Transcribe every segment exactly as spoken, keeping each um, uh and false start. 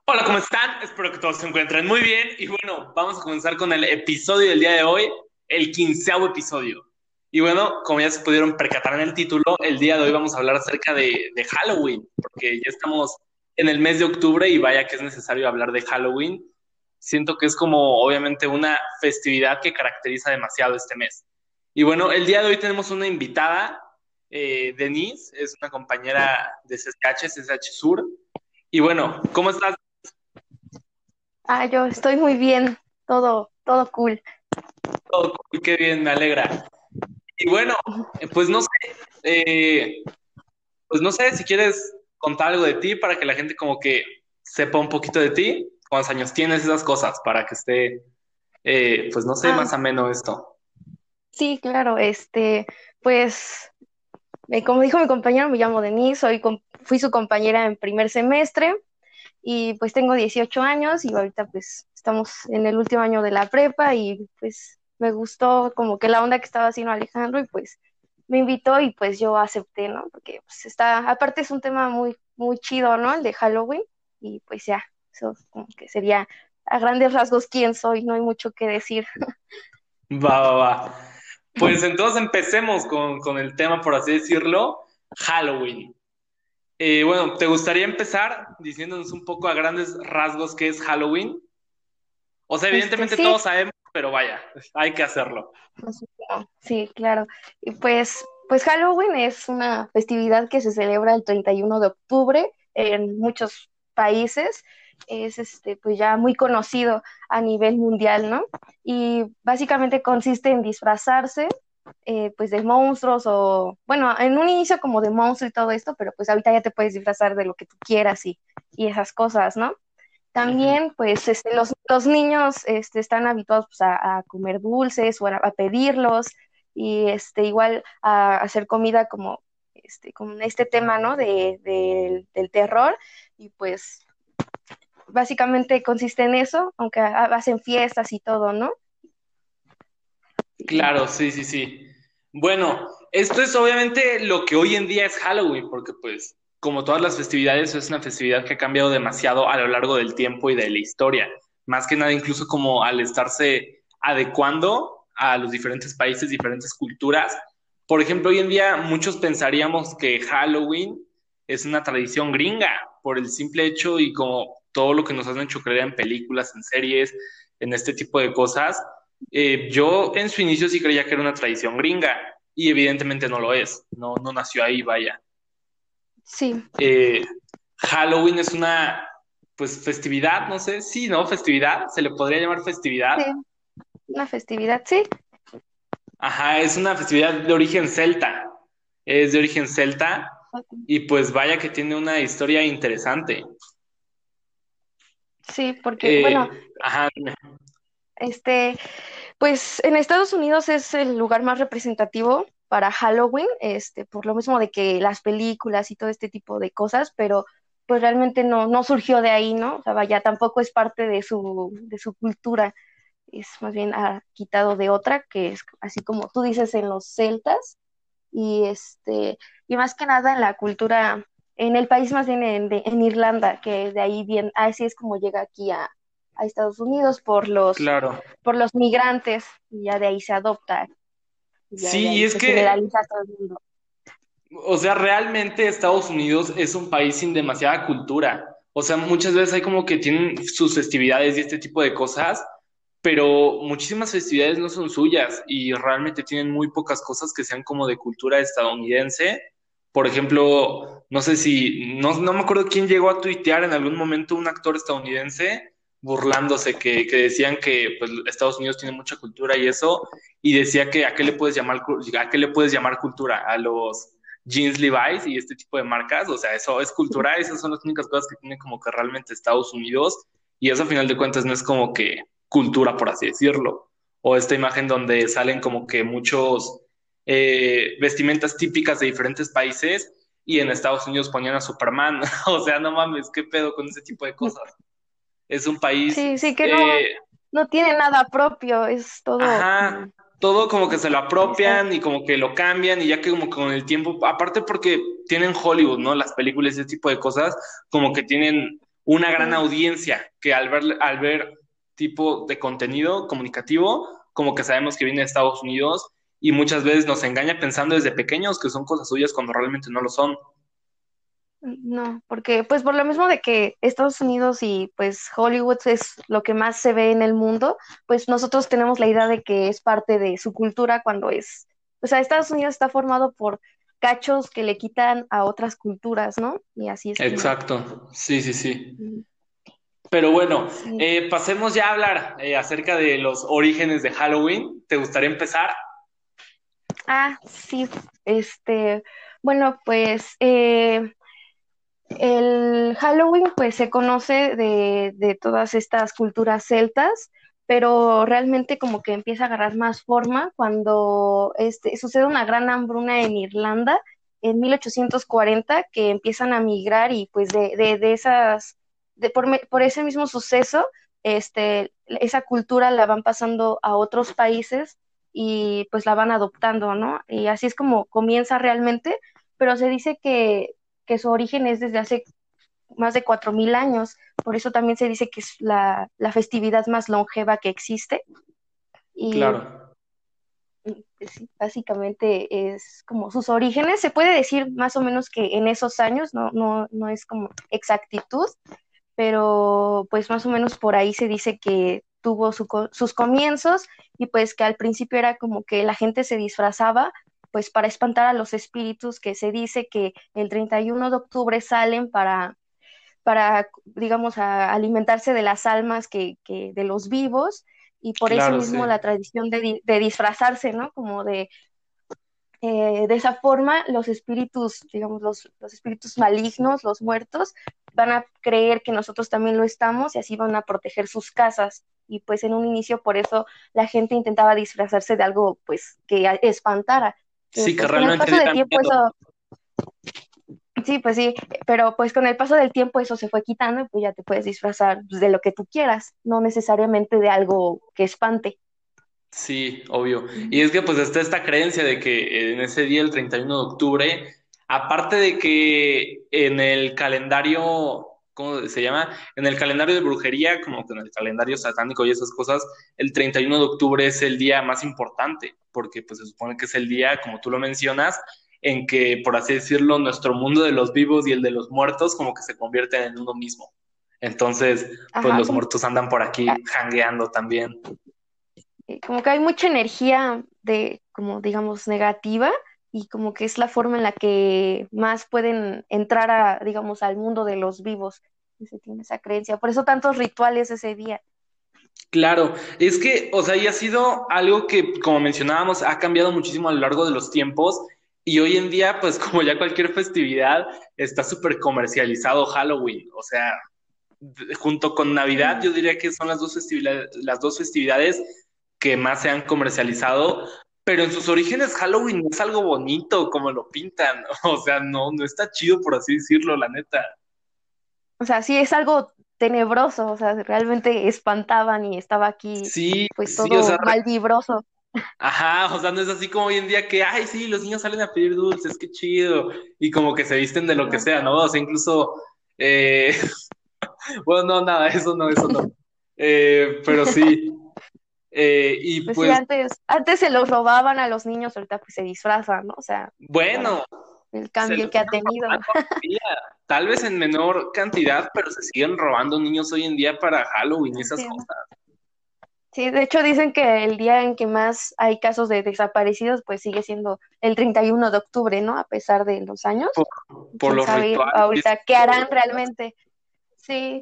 Hola, ¿cómo están? Espero que todos se encuentren muy bien. Y bueno, vamos a comenzar con el episodio del día de hoy, el quinceavo episodio. Y bueno, como ya se pudieron percatar en el título, el día de hoy vamos a hablar acerca de, de Halloween, porque ya estamos en el mes de octubre y vaya que es necesario hablar de Halloween. Siento que es como obviamente una festividad que caracteriza demasiado este mes. Y bueno, el día de hoy tenemos una invitada, eh, Denise, es una compañera de C S H, C S H Sur. Y bueno, ¿cómo estás? Ah, yo estoy muy bien, todo, todo cool. Todo cool, qué bien, me alegra. Y bueno, eh, pues no sé, eh, pues no sé si quieres contar algo de ti para que la gente como que sepa un poquito de ti, cuántos años tienes, esas cosas, para que esté, eh, pues no sé, Ah, más ameno esto. sí, claro, este, pues, eh, como dijo mi compañero, me llamo Denise, soy, com- fui su compañera en primer semestre y pues tengo dieciocho años y ahorita pues estamos en el último año de la prepa y pues me gustó como que la onda que estaba haciendo Alejandro y pues me invitó y pues yo acepté, ¿no? Porque pues está, aparte es un tema muy, muy chido, ¿no? El de Halloween y pues ya, eso como que sería a grandes rasgos quién soy, no hay mucho que decir. Va, va, va. Pues entonces empecemos con, con el tema, por así decirlo, Halloween. Eh, bueno, ¿te gustaría empezar diciéndonos un poco a grandes rasgos qué es Halloween? O sea, Este, evidentemente sí, todos sabemos, pero vaya, hay que hacerlo. pues, no, sí, claro. Y pues, pues Halloween es una festividad que se celebra el treinta y uno de octubre en muchos países. Es este, pues ya muy conocido a nivel mundial, ¿no? Y básicamente consiste en disfrazarse eh, pues de monstruos o, bueno, en un inicio como de monstruo y todo esto, pero pues ahorita ya te puedes disfrazar de lo que tú quieras y, y esas cosas, ¿no? Ujú. También, pues, este, los, los niños este, están habituados pues, a, a comer dulces o a, a pedirlos y este, igual a, hacer comida como este, con este tema, ¿no? De, del del terror y pues básicamente consiste en eso, aunque ha- hacen fiestas y todo, ¿no? Sí. Claro, sí, sí, sí. Bueno, esto es obviamente lo que hoy en día es Halloween, porque pues, como todas las festividades, es una festividad que ha cambiado demasiado a lo largo del tiempo y de la historia. Más que nada, incluso como al estarse adecuando a los diferentes países, diferentes culturas. Por ejemplo, hoy en día muchos pensaríamos que Halloween es una tradición gringa, por el simple hecho y como todo lo que nos han hecho creer en películas, en series, en este tipo de cosas. Eh, yo en su inicio sí creía que era una tradición gringa y evidentemente no lo es, no, no nació ahí, vaya. Sí, Eh, Halloween es una, pues, festividad, no sé, sí, ¿no? Festividad, se le podría llamar festividad. sí, una festividad, sí. Ajá, es una festividad de origen celta, es de origen celta y pues vaya que tiene una historia interesante. Sí, porque, bueno, Eh, ajá, este, pues en Estados Unidos es el lugar más representativo para Halloween, este, por lo mismo de que las películas y todo este tipo de cosas, pero pues realmente no, no surgió de ahí, ¿no? O sea, vaya, tampoco es parte de su, de su cultura, es más bien ah, quitado de otra, que es así como tú dices en los celtas, y este, y más que nada en la cultura, en el país más bien en, de- en Irlanda, que de ahí bien, así es como llega aquí a, a Estados Unidos por los, claro. por los migrantes, y ya de ahí se adopta, y ya de Sí, y ahí es se que generaliza a todo el mundo. o sea, realmente Estados Unidos es un país sin demasiada cultura. O sea, muchas veces hay como que tienen sus festividades y este tipo de cosas, pero muchísimas festividades no son suyas y realmente tienen muy pocas cosas que sean como de cultura estadounidense. Por ejemplo, no sé si, no, no me acuerdo quién llegó a tuitear en algún momento un actor estadounidense burlándose que, que decían que pues, Estados Unidos tiene mucha cultura y eso, y decía que a qué le puedes llamar, a qué le puedes llamar cultura, a los jeans Levi's y este tipo de marcas, o sea, eso es cultura, esas son las únicas cosas que tiene como que realmente Estados Unidos y eso a final de cuentas no es como que cultura, por así decirlo, o esta imagen donde salen como que muchos eh, vestimentas típicas de diferentes países y en Estados Unidos ponían a Superman, o sea, no mames, qué pedo con ese tipo de cosas. Es un país, Sí, sí, que no, eh, no tiene nada propio, es todo ajá, como, todo como que se lo está- apropian y como que lo cambian y ya que como con el tiempo, aparte porque tienen Hollywood, ¿no? Las películas y ese tipo de cosas, como que tienen una gran Sí. audiencia que al ver, al ver tipo de contenido comunicativo, como que sabemos que viene de Estados Unidos y muchas veces nos engaña pensando desde pequeños que son cosas suyas cuando realmente no lo son. No, porque pues por lo mismo de que Estados Unidos y pues Hollywood es lo que más se ve en el mundo, pues nosotros tenemos la idea de que es parte de su cultura cuando es, o sea, Estados Unidos está formado por cachos que le quitan a otras culturas, ¿no? Y así es como, Exacto, sí, sí, sí. mm, Pero bueno, sí. eh, pasemos ya a hablar eh, acerca de los orígenes de Halloween. ¿Te gustaría empezar? Ah, sí, este, bueno, pues eh, el Halloween pues se conoce de, de todas estas culturas celtas, pero realmente como que empieza a agarrar más forma cuando este, sucede una gran hambruna en Irlanda en mil ochocientos cuarenta que empiezan a migrar y pues de, de, de esas, de por, me- por ese mismo suceso, este, esa cultura la van pasando a otros países y pues la van adoptando, ¿no? Y así es como comienza realmente, pero se dice que que su origen es desde hace más de cuatro mil años. Por eso también se dice que es la, la festividad más longeva que existe. Y Claro. pues, sí, básicamente es como sus orígenes. Se puede decir más o menos que en esos años, no, no, no es como exactitud, pero pues más o menos por ahí se dice que tuvo su co- sus comienzos y pues que al principio era como que la gente se disfrazaba pues para espantar a los espíritus que se dice que el treinta y uno de octubre salen para para, digamos, a alimentarse de las almas que, que de los vivos y por eso Claro, mismo sí. la tradición de, di- de disfrazarse, ¿no? Como de, eh, de esa forma los espíritus, digamos, los, los espíritus malignos, los muertos, van a creer que nosotros también lo estamos y así van a proteger sus casas. Y pues en un inicio por eso la gente intentaba disfrazarse de algo pues que a- espantara, que Sí, que pues con el realmente paso del diera tiempo miedo. eso. Sí, pues sí, pero pues con el paso del tiempo eso se fue quitando y pues ya te puedes disfrazar pues, de lo que tú quieras, no necesariamente de algo que espante. Sí, obvio. Y Ujú. es que pues está esta creencia de que en ese día, el treinta y uno de octubre, aparte de que en el calendario, ¿cómo se llama? En el calendario de brujería, como que en el calendario satánico y esas cosas, el treinta y uno de octubre es el día más importante, porque pues se supone que es el día, como tú lo mencionas, en que, por así decirlo, nuestro mundo de los vivos y el de los muertos como que se convierten en uno mismo. Entonces, pues Ajá, los como, muertos andan por aquí jangueando también. eh, como que hay mucha energía de, como digamos, negativa y como que es la forma en la que más pueden entrar a, digamos, al mundo de los vivos. Y se tiene esa creencia. Por eso tantos rituales ese día. Claro, es que, o sea, y ha sido algo que, como mencionábamos, ha cambiado muchísimo a lo largo de los tiempos y hoy en día, pues como ya cualquier festividad, está súper comercializado Halloween, o sea, d- junto con Navidad, Sí. yo diría que son las dos festividades, las dos festividades que más se han comercializado, pero en sus orígenes Halloween no es algo bonito como lo pintan, o sea, no, no está chido por así decirlo, la neta. O sea, sí es algo tenebroso, o sea, realmente espantaban y estaba aquí Sí, pues sí, o sea, todo mal vibroso. ajá, o sea, no es así como hoy en día que, ay, sí, los niños salen a pedir dulces, qué chido, y como que se visten de lo que No. sea, ¿no? O sea, incluso, eh, bueno, no, nada, eso no, eso no. Eh, pero sí, eh, y Pues sí, pues, antes, antes se los robaban a los niños, ahorita pues se disfrazan, ¿no? O sea, para bueno, el se cambio los que ha siguen tenido. robando hoy en día, tal vez en menor cantidad, pero se siguen robando niños hoy en día para Halloween y esas Sí, ¿no? cosas, Sí, de hecho dicen que el día en que más hay casos de desaparecidos, pues sigue siendo el treinta y uno de octubre, ¿no? A pesar de los años. por, por Quién los sabe rituales y ese ahorita qué tipo de harán cosas. realmente. Sí,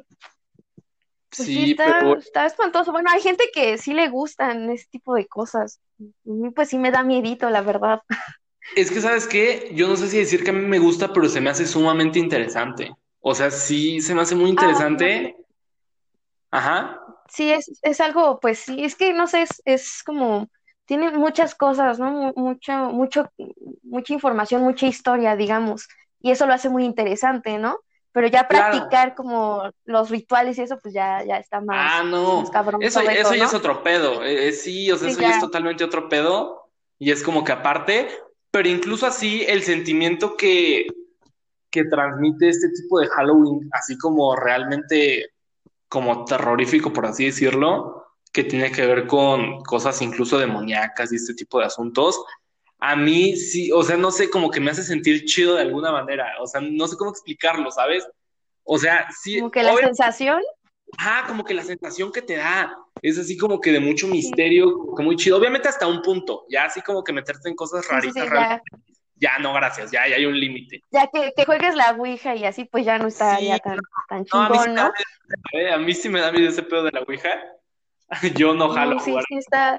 pues sí, Sí, pero está, está espantoso. Bueno, hay gente que sí le gustan ese tipo de cosas. A mí, pues sí me da miedito, la verdad. es que, ¿sabes qué? Yo no sé si decir que a mí me gusta, pero se me hace sumamente interesante. O sea, sí, se me hace muy Ah, no. interesante. Ajá. Sí, es, es algo, pues sí, es que no sé, es, es como, tiene muchas cosas, ¿no? Mu- Mucho, mucho, mucha información, mucha historia, digamos, y eso lo hace muy interesante, ¿no? Pero ya Claro. practicar como los rituales y eso, pues ya, ya está Ah, más, más no. cabrón Eso, todo eso eso, ya es ¿no? otro pedo. Eh, eh, sí, o sea, Sí, eso ya es ya, totalmente otro pedo. Y es como que aparte, pero incluso así, el sentimiento que que transmite este tipo de Halloween, así como realmente como terrorífico, por así decirlo, que tiene que ver con cosas incluso demoníacas y este tipo de asuntos. A mí sí, o sea, no sé, como que me hace sentir chido de alguna manera, o sea, no sé cómo explicarlo, ¿sabes? O sea, sí, Como que la obvio, sensación, ajá, como que la sensación que te da es así como que de mucho sí, misterio, como que muy chido, obviamente hasta un punto, ya así como que meterte en cosas sí, sí, raritas, sí, realmente, ya, ya no, gracias, ya, ya hay un límite. ya que, que juegues la Ouija y así, pues ya no Sí, estaría tan, tan no, a mí sí chingón, me da ¿no? miedo, ¿eh? A mí sí me da miedo ese pedo de la Ouija. Yo no jalo No, a sí, jugar. sí está.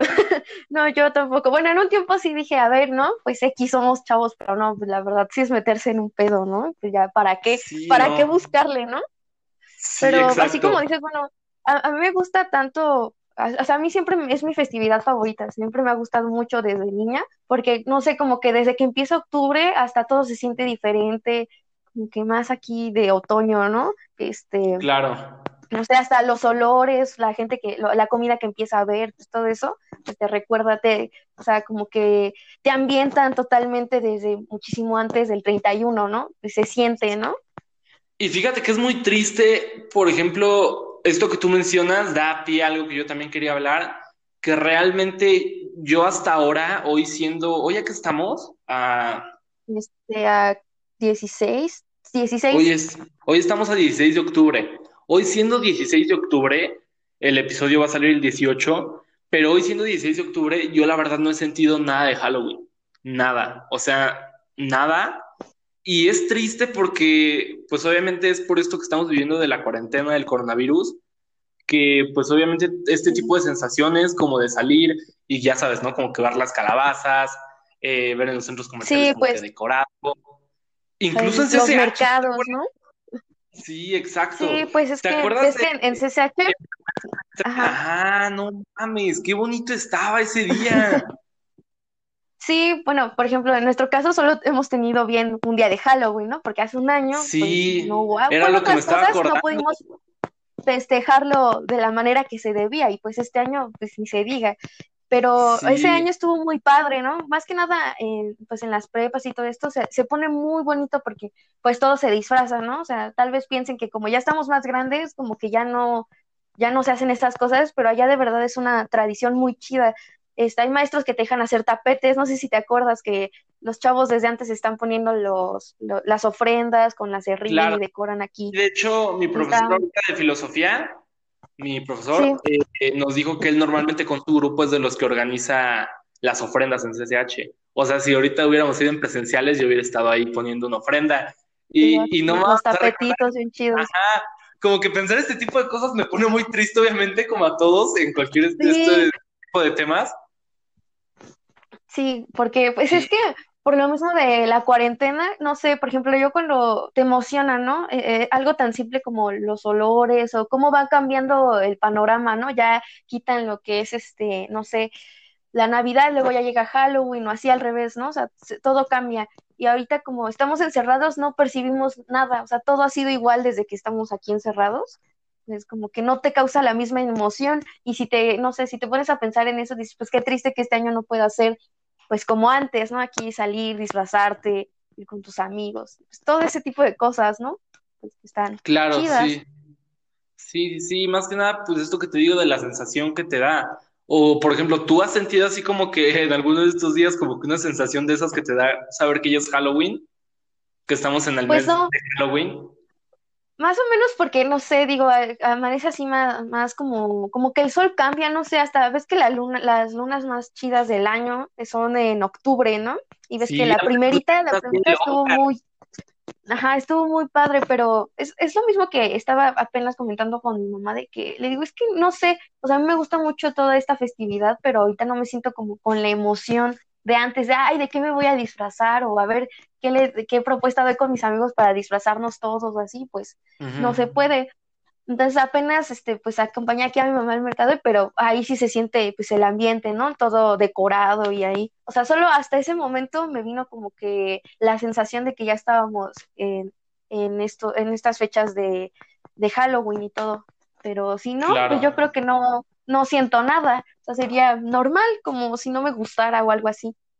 No, yo tampoco. Bueno, en un tiempo sí dije, a ver, ¿no? Pues X somos chavos, pero no, pues la verdad sí es meterse en un pedo, ¿no? Pues ya, ¿para qué? Sí, ¿Para qué no. buscarle, no? Sí, Pero así exacto. como dices, bueno, a, a mí me gusta tanto, a- o sea, a mí siempre me- es mi festividad favorita, siempre me ha gustado mucho desde niña, porque no sé, como que desde que empieza octubre hasta todo se siente diferente, como que más aquí de otoño, ¿no? Este, Claro. no sé, hasta los olores, la gente que, lo- la comida que empieza a ver, pues todo eso, pues te recuerda, te, o sea, como que te ambientan totalmente desde muchísimo antes del treinta y uno, ¿no? Y se siente, ¿no? Y fíjate que es muy triste, por ejemplo, esto que tú mencionas da pie a algo que yo también quería hablar, que realmente yo hasta ahora, hoy siendo, hoy ya que estamos, ah, Este, a dieciséis hoy dieciséis. es, hoy estamos a dieciséis de octubre. Hoy siendo dieciséis de octubre, el episodio va a salir el dieciocho, pero hoy siendo dieciséis de octubre, yo la verdad no he sentido nada de Halloween. Nada. O sea, nada. Y es triste porque, pues obviamente es por esto que estamos viviendo de la cuarentena del coronavirus, que pues obviamente este tipo de sensaciones como de salir y ya sabes, ¿no? Como que ver las calabazas, eh, ver en los centros comerciales Sí, como que pues decorado, incluso en el- los C C H, mercados, ¿no? sí, exacto. Sí, pues es ¿Te que acuerdas ves de... que en, en C C H, ajá, Ajá, no mames, qué bonito estaba ese día. sí, bueno, por ejemplo, en nuestro caso solo hemos tenido bien un día de Halloween, ¿no? Porque hace un año, pues no Sí, hubo, ah, era bueno, lo que me otras estaba cosas no acordando. pudimos festejarlo de la manera que se debía y pues este año, pues ni se diga. Pero ese Sí, año estuvo muy padre, ¿no? Más que nada, en, pues en las prepas y todo esto se, se pone muy bonito porque pues todo se disfraza, ¿no? O sea, tal vez piensen que como ya estamos más grandes, como que ya no, ya no se hacen estas cosas, pero allá de verdad es una tradición muy chida. Este, hay maestros que te dejan hacer tapetes, no sé si te acuerdas que los chavos desde antes están poniendo los, lo- las ofrendas con las ríen claro. y decoran aquí. De hecho, mi profesor Está, ahorita de filosofía, mi sí, profesor, eh, eh, nos dijo que él normalmente con su grupo es de los que organiza las ofrendas en C C H. O sea, si ahorita hubiéramos ido en presenciales, yo hubiera estado ahí poniendo una ofrenda. igual, Y, y no más, los o sea, recordar, tapetitos bien chidos. ajá, como que pensar este tipo de cosas me pone muy triste, obviamente, como a todos en cualquier este Sí, tipo de temas. sí, porque pues es Y que por lo mismo de la cuarentena, no sé, por ejemplo, yo cuando te emociona, ¿no? Eh, eh, algo tan simple como los olores o cómo va cambiando el panorama, ¿no? Ya quitan lo que es este, no sé, la Navidad, luego ya llega Halloween o así al revés, ¿no? O sea, se- todo cambia. Y ahorita como estamos encerrados no percibimos nada, o sea, todo ha sido igual desde que estamos aquí encerrados. Es como que no te causa la misma emoción y si te, no sé, si te pones a pensar en eso, dices, pues qué triste que este año no pueda ser pues como antes, ¿no? Aquí salir, disfrazarte, ir con tus amigos, pues todo ese tipo de cosas, ¿no? Pues que están claro, chidas. sí. Sí, sí, más que nada, pues esto que te digo de la sensación que te da. O, por ejemplo, ¿tú has sentido así como que en alguno de estos días como que una sensación de esas que te da saber que ya es Halloween? Que estamos en el Pues mes no, de Halloween. más o menos porque, no sé, digo, a- amanece así más, más como, como que el sol cambia, no sé, hasta ves que la luna, las lunas más chidas del año son en octubre, ¿no? Y ves que Sí, la primerita, la estás bien primerita estuvo loca. muy, ajá, estuvo muy padre, pero es, es lo mismo que estaba apenas comentando con mi mamá de que le digo, es que no sé, o sea, a mí me gusta mucho toda esta festividad, pero ahorita no me siento como con la emoción de antes, de, ay, ¿de qué me voy a disfrazar? O a ver, ¿qué, le, qué propuesta doy con mis amigos para disfrazarnos todos o así? Pues no se Ujú. puede. Entonces apenas, este, pues acompañé aquí a mi mamá al mercado, pero ahí sí se siente, pues el ambiente, ¿no? Todo decorado y ahí, o sea, solo hasta ese momento me vino como que la sensación de que ya estábamos en, en esto, en estas fechas de, de Halloween y todo. Pero si no, pues yo Claro. creo que no, no siento nada. O sea, sería normal, como si no me gustara o algo así.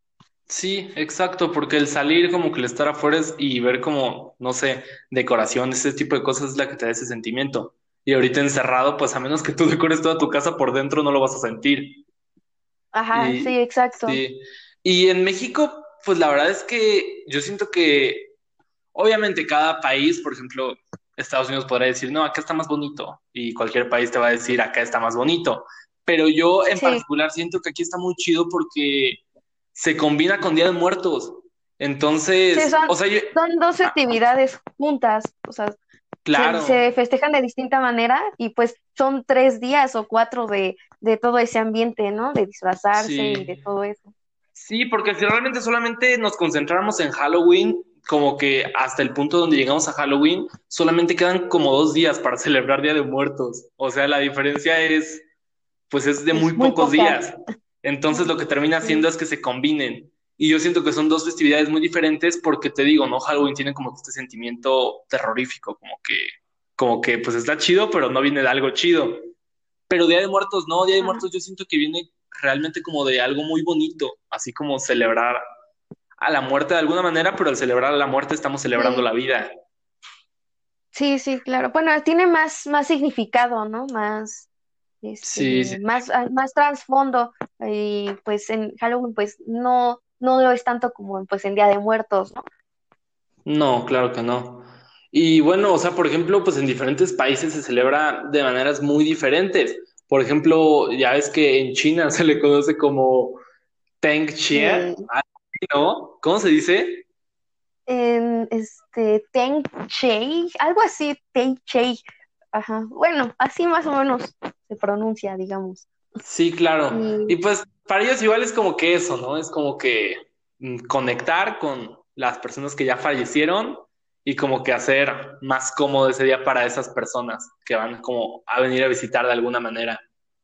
Sí, exacto, porque el salir como que el estar afuera es- y ver como, no sé, decoración, ese tipo de cosas es la que te da ese sentimiento. Y ahorita encerrado, pues a menos que tú decores toda tu casa por dentro, no lo vas a sentir. Ajá, sí, Y exacto. sí. Y en México, pues la verdad es que yo siento que obviamente cada país, por ejemplo, Estados Unidos podrá decir, no, acá está más bonito. Y cualquier país te va a decir, acá está más bonito. Pero yo en Sí, particular siento que aquí está muy chido porque se combina con Día de Muertos. sí, Entonces, son, o sea, yo, son dos ah, festividades juntas, o sea, se, claro, se festejan de distinta manera y pues son tres días o cuatro de, de todo ese ambiente, ¿no? De disfrazarse y de sí, todo eso. sí, porque si realmente solamente nos concentráramos en Halloween, como que hasta el punto donde llegamos a Halloween, solamente quedan como dos días para celebrar Día de Muertos. O sea, la diferencia es, pues es de muy Es muy pocos poca. días. Entonces lo que termina haciendo Sí, es que se combinen. Y yo siento que son dos festividades muy diferentes porque te digo, ¿no? Halloween tiene como este sentimiento terrorífico, como que, como que pues está chido, pero no viene de algo chido. Pero Día de Muertos, no, Día de ajá. Muertos yo siento que viene realmente como de algo muy bonito, así como celebrar a la muerte de alguna manera, pero al celebrar a la muerte estamos celebrando Sí, la vida. sí, sí, claro. Bueno, tiene más, más significado, ¿no? Más, Sí, sí. este, más, ah, más trasfondo. Y pues en Halloween, pues no, no lo es tanto como pues en Día de Muertos, ¿no? No, claro que no. Y bueno, o sea, por ejemplo, pues en diferentes países se celebra de maneras muy diferentes. Por ejemplo, ya ves que en China se le conoce como Teng Chie, Eh, ¿no? ¿Cómo se dice? en este Teng Chei, algo así, Teng Chei. Ajá. Bueno, así más o menos se pronuncia, digamos. Sí, claro. Y Y pues para ellos igual es como que eso, ¿no? Es como que mm, conectar con las personas que ya fallecieron y como que hacer más cómodo ese día para esas personas que van como a venir a visitar de alguna manera.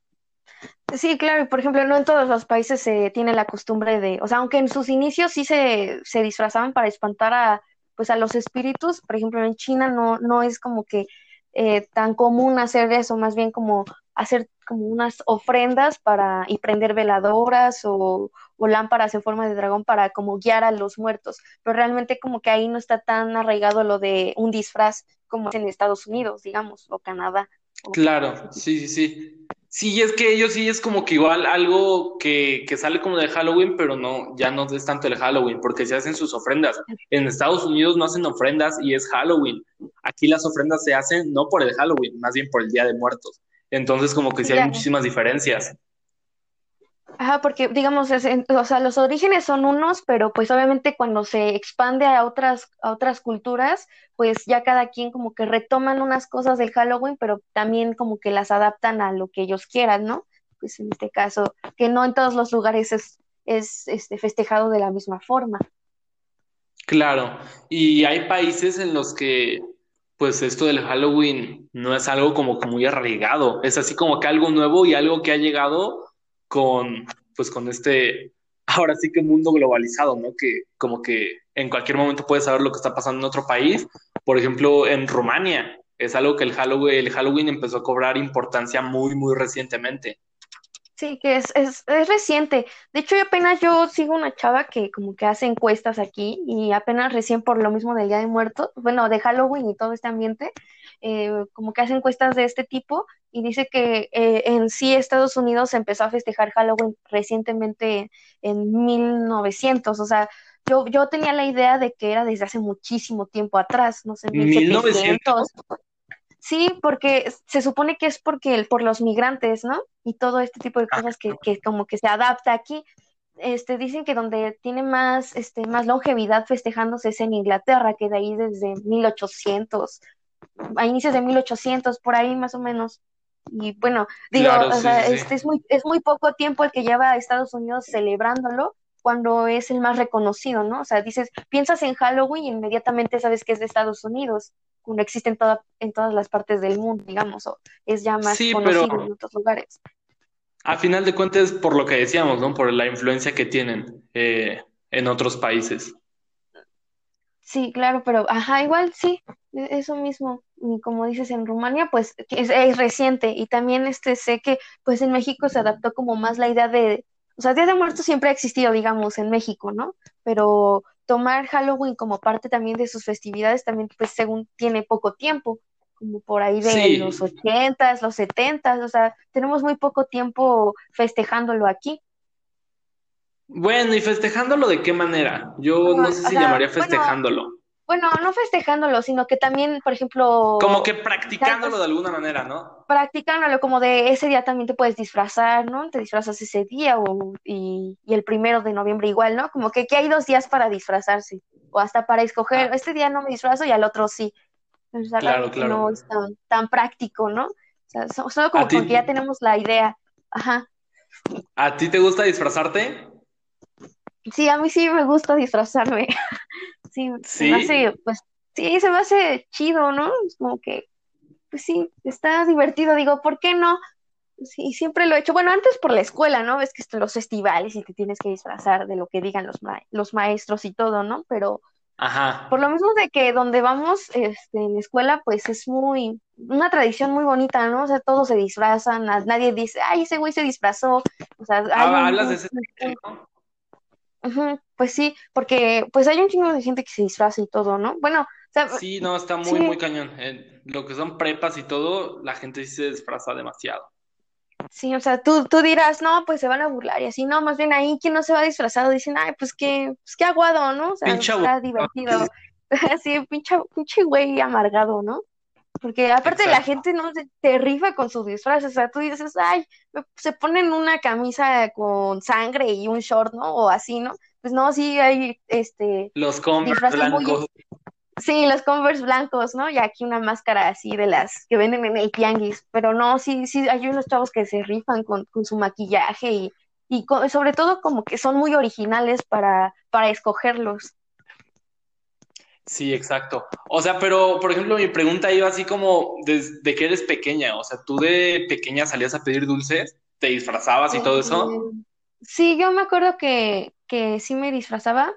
sí, claro, y por ejemplo, no en todos los países se tiene la costumbre de, o sea, aunque en sus inicios sí se, se disfrazaban para espantar a, pues a los espíritus, por ejemplo, en China no, no es como que eh, tan común hacer eso, más bien como hacer como unas ofrendas para, y prender veladoras o, o lámparas en forma de dragón para como guiar a los muertos, pero realmente como que ahí no está tan arraigado lo de un disfraz como es en Estados Unidos, digamos, o Canadá, o ese Claro, tipo. sí, sí, sí. Sí, es que ellos sí es como que igual algo que, que sale como de Halloween, pero no, ya no es tanto el Halloween, porque se hacen sus ofrendas. En Estados Unidos no hacen ofrendas y es Halloween. Aquí las ofrendas se hacen no por el Halloween, más bien por el Día de Muertos. Entonces como que sí Sí, hay ya. muchísimas diferencias. Ajá, porque digamos, es en- o sea, los orígenes son unos, pero pues obviamente cuando se expande a otras, a otras culturas, pues ya cada quien como que retoman unas cosas del Halloween, pero también como que las adaptan a lo que ellos quieran, ¿no? Pues en este caso, que no en todos los lugares es, es este, festejado de la misma forma. Claro, y hay países en los que pues esto del Halloween no es algo como que muy arraigado, es así como que algo nuevo y algo que ha llegado con pues con este ahora sí que mundo globalizado, ¿no? Que como que en cualquier momento puedes saber lo que está pasando en otro país. Por ejemplo, en Rumania es algo que el Halloween, el Halloween empezó a cobrar importancia muy muy recientemente. Sí, que es, es, es reciente. De hecho, yo apenas yo sigo una chava que como que hace encuestas aquí y apenas recién por lo mismo del Día de Muertos, bueno, de Halloween y todo este ambiente, eh, como que hace encuestas de este tipo y dice que eh, en sí Estados Unidos empezó a festejar Halloween recientemente en mil novecientos. O sea, yo, yo tenía la idea de que era desde hace muchísimo tiempo atrás, no sé, mil mil novecientos. setecientos. Sí, porque se supone que es porque el- por los migrantes, ¿no? Y todo este tipo de cosas que, que como que se adapta aquí. Este, dicen que donde tiene más, este, más longevidad festejándose es en Inglaterra, que de ahí desde mil ochocientos, a inicios de mil ochocientos, por ahí más o menos. Y bueno, digo, Claro, o sí, sea, sí, sí. este es muy, es muy poco tiempo el que lleva a Estados Unidos celebrándolo cuando es el más reconocido, ¿no? O sea, dices, piensas en Halloween y inmediatamente sabes que es de Estados Unidos, no existe en, toda, en todas las partes del mundo, digamos, o es ya más Sí, pero conocido en otros lugares. a final de cuentas, por lo que decíamos, ¿no? Por la influencia que tienen eh, en otros países. Sí, claro, pero ajá, igual sí, e- eso mismo. Y como dices en Rumania, pues que es, es reciente y también este sé que pues en México se adaptó como más la idea de O sea, Día de Muertos siempre ha existido, digamos, en México, ¿no? Pero tomar Halloween como parte también de sus festividades también, pues según tiene poco tiempo, como por ahí de los Sí, ochentas, los setentas, o sea, tenemos muy poco tiempo festejándolo aquí. bueno, ¿y festejándolo de qué manera? Yo no Ah, sé o si sea, llamaría bueno, festejándolo. bueno, no festejándolo, sino que también, por Como que ejemplo, tal practicándolo de vez alguna manera, ¿no? practicándolo como de ese día también te puedes disfrazar, ¿no? Te disfrazas ese día o, y, y el primero de noviembre igual, ¿no? Como que, que hay dos días para disfrazarse o hasta para escoger, Ah, este día no me disfrazo y al otro sí. Entonces claro, realmente claro. no es tan, tan práctico, ¿no? O sea, so- solo ¿A como ti, porque ya tenemos la idea. Ajá. a ti te gusta disfrazarte? Sí, a mí sí me gusta disfrazarme. Sí, se me hace, Sí. pues, sí, se me hace chido, ¿no? Es como que, pues sí, está divertido. Digo, ¿por qué no? Sí, siempre lo he hecho. Bueno, antes por la escuela, ¿no? Ves que están los festivales y te tienes que disfrazar de lo que digan los, ma- los maestros y todo, ¿no? Pero por Ajá. lo mismo de que donde vamos, este, en la escuela, pues es muy, una tradición muy bonita, ¿no? O sea, todos se disfrazan, na- nadie dice, ay, ese güey se disfrazó. O sea, hay Ah, un, hablas de un- ese un- ¿no? ujú, pues sí, porque pues hay un chingo de gente que se disfraza y todo, ¿no? Bueno, o sea, Sí, no, está muy, muy sí. cañón. En lo que son prepas y todo, la gente sí se disfraza demasiado. Sí, o sea, tú, tú dirás, no, pues se van a burlar y así, no, más bien ahí quien no se va disfrazado dicen, ay, pues qué, pues qué aguado, ¿no? O sea, Pinche está aburrido. Sí, divertido. Así, pinche, pinche güey amargado, ¿no? Porque aparte la exacto. gente no se te rifa con sus disfraces, o sea, tú dices, ay, me- se ponen una camisa con sangre y un short, ¿no? O así, ¿no? Pues no, sí hay, este, Los Converse disfraces muy, blancos. sí, los Converse blancos, ¿no? Y aquí una máscara así de las que venden en el tianguis. Pero no, sí, sí, hay unos chavos que se rifan con, con su maquillaje y, y co- sobre todo como que son muy originales para, para escogerlos. Sí, exacto. O sea, pero, por ejemplo, mi pregunta iba así como, desde que eres pequeña, o sea, ¿tú de pequeña salías a pedir dulces? ¿Te disfrazabas y todo Eh, eso? sí, yo me acuerdo que, que sí me disfrazaba.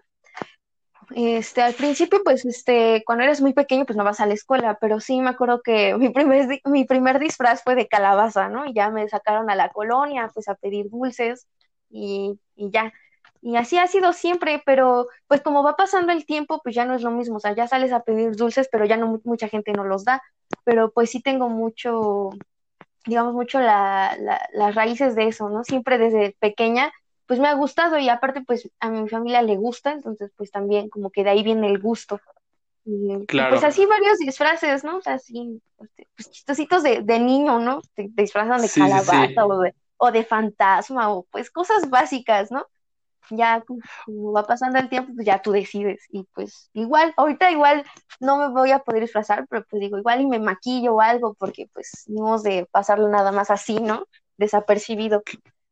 Este, al principio, pues, este, cuando eres muy pequeño, pues no vas a la escuela, pero sí me acuerdo que mi primer, di- mi primer disfraz fue de calabaza, ¿no? Y ya me sacaron a la colonia, pues, a pedir dulces y, y ya. Y así ha sido siempre, pero pues como va pasando el tiempo, pues ya no es lo mismo, o sea, ya sales a pedir dulces, pero ya no mu- mucha gente no los da, pero pues sí tengo mucho, digamos, mucho la, la- las raíces de eso, ¿no? Siempre desde pequeña, pues me ha gustado y aparte, pues a mi familia le gusta, entonces pues también como que de ahí viene el gusto. Y, y, pues Claro. así varios disfraces, ¿no? O sea, así, este, pues chistositos de, de niño, ¿no? Te, te disfrazan de Sí, sí, calabaza sí. o de, o de fantasma o pues cosas básicas, ¿no? Ya como como va pasando el tiempo, pues ya tú decides. Y pues igual, ahorita igual no me voy a poder disfrazar, pero pues digo, igual y me maquillo o algo, porque pues no hemos de pasarlo nada más así, ¿no? Desapercibido.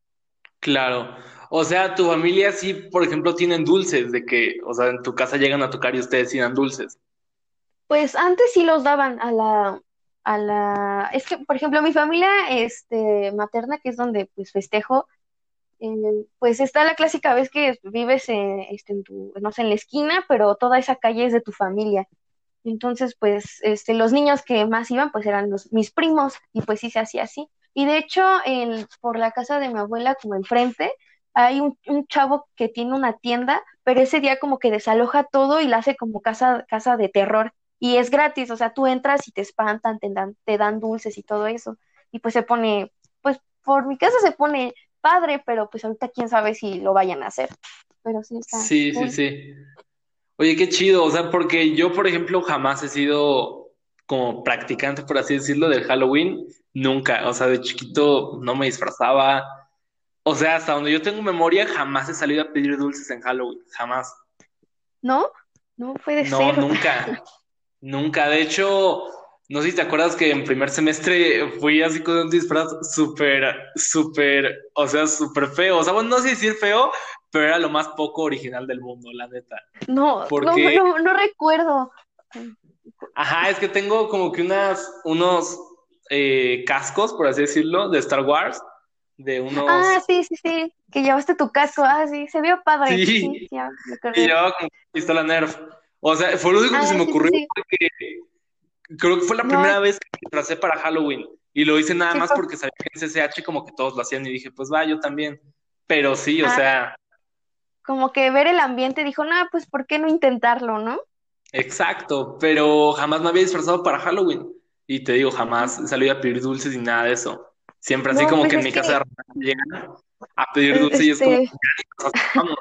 Claro. O sea, tu familia sí, por ejemplo, tienen dulces, de que, o sea, en tu casa llegan a tocar y ustedes sí dan dulces. Pues antes sí los daban a la, a la, es que, por ejemplo, mi familia, este, materna, que es donde pues festejo, eh, pues está la clásica vez que vives en, este, en tu, no sé, en la esquina, pero toda esa calle es de tu familia. Entonces, pues, este, los niños que más iban, pues eran los, mis primos, y pues sí se hacía así. Y de hecho, en, por la casa de mi abuela, como enfrente, hay un, un chavo que tiene una tienda, pero ese día como que desaloja todo y la hace como casa, casa de terror. Y es gratis, o sea, tú entras y te espantan, te dan, te dan dulces y todo eso. Y pues se pone, pues por mi casa se pone padre, pero pues ahorita quién sabe si lo vayan a hacer. Pero sí está Sí, sí, cool. sí. Oye, qué chido, o sea, porque yo, por ejemplo, jamás he sido como practicante, por así decirlo, del Halloween, nunca, o sea, de chiquito no me disfrazaba, o sea, hasta donde yo tengo memoria, jamás he salido a pedir dulces en Halloween, jamás, ¿No? No puede no, ser. nunca, nunca, de hecho, no sé si te acuerdas que en primer semestre fui así con un disfraz súper, súper, o sea, súper feo, o sea, bueno, no sé decir feo, pero era lo más poco original del mundo, la neta, No, no, porque no, no recuerdo. ajá, es que tengo como que unas, unos eh, cascos, por así decirlo, de Star Wars, de unos, Ah, sí, sí, sí, que llevaste tu casco. Ah, sí, se vio padre. Sí, sí, ya me y acordé. llevaba como pistola Nerf. O sea, fue lo único que se Ah, me sí, sí, ocurrió sí. porque creo que fue la No, primera vez que me disfracé para Halloween y lo hice nada sí más fue. porque sabía que en C C H como que todos lo hacían y dije, pues va, yo también. pero sí, o Ah, sea, como que ver el ambiente dijo, no, pues ¿por qué no intentarlo, no? exacto, pero jamás me había disfrazado para Halloween. Y te digo, jamás salí a pedir dulces ni nada de eso. Siempre así No, como pues que en es mi casa de que, repente llegan a pedir eh, dulce y es como, este, vamos.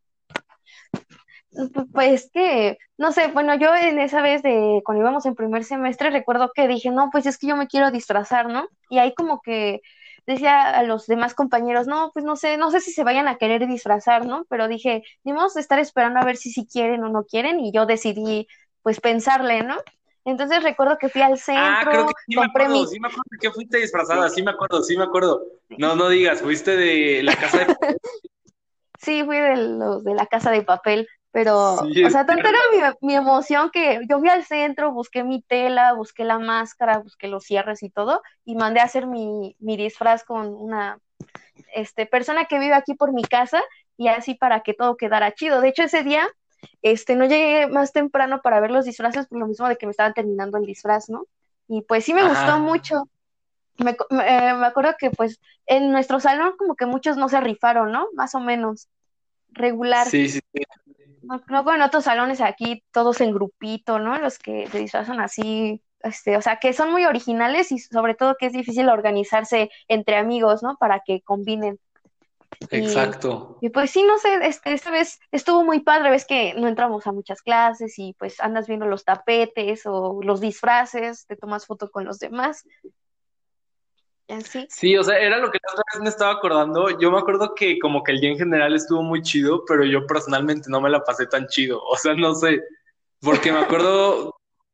pu- pues que, no sé, bueno, yo en esa vez de cuando íbamos en primer semestre recuerdo que dije, no, pues es que yo me quiero disfrazar, ¿no? Y ahí como que decía a los demás compañeros, no, pues no sé, no sé si se vayan a querer disfrazar, ¿no? Pero dije, ni vamos a estar esperando a ver si sí quieren o no quieren y yo decidí, pues pensarle, ¿no? Entonces recuerdo que fui al Ah, creo que centro, sí me compré acuerdo, mi, sí me acuerdo de que fuiste disfrazada, sí, sí me acuerdo, sí me acuerdo. No, sí. no digas, fuiste de la casa de... Sí, fui de los de la casa de papel, pero, Sí, o es sea, tanta cierto. era mi, mi emoción que yo fui al centro, busqué mi tela, busqué la máscara, busqué los cierres y todo, y mandé a hacer mi, mi disfraz con una este, persona que vive aquí por mi casa, y así para que todo quedara chido. De hecho, ese día, este, no llegué más temprano para ver los disfraces por lo mismo de que me estaban terminando el disfraz, ¿no? Y pues sí me gustó Ajá, mucho. Me, me, eh, me acuerdo que pues en nuestro salón como que muchos no se rifaron, ¿no? Más o menos regular. sí, sí, sí. No, no como en otros salones aquí, todos en grupito, ¿no? Los que se disfrazan así, este, o sea, que son muy originales y sobre todo que es difícil organizarse entre amigos, ¿no? Para que combinen. Y, Exacto. y pues sí, no sé, este, esta vez estuvo muy padre, ves que no entramos a muchas clases y pues andas viendo los tapetes o los disfraces, te tomas foto con los demás, y así. Sí, o sea, era lo que la otra vez me estaba acordando. Yo me acuerdo que como que el día en general estuvo muy chido, pero yo personalmente no me la pasé tan chido. O sea, no sé, porque me acuerdo,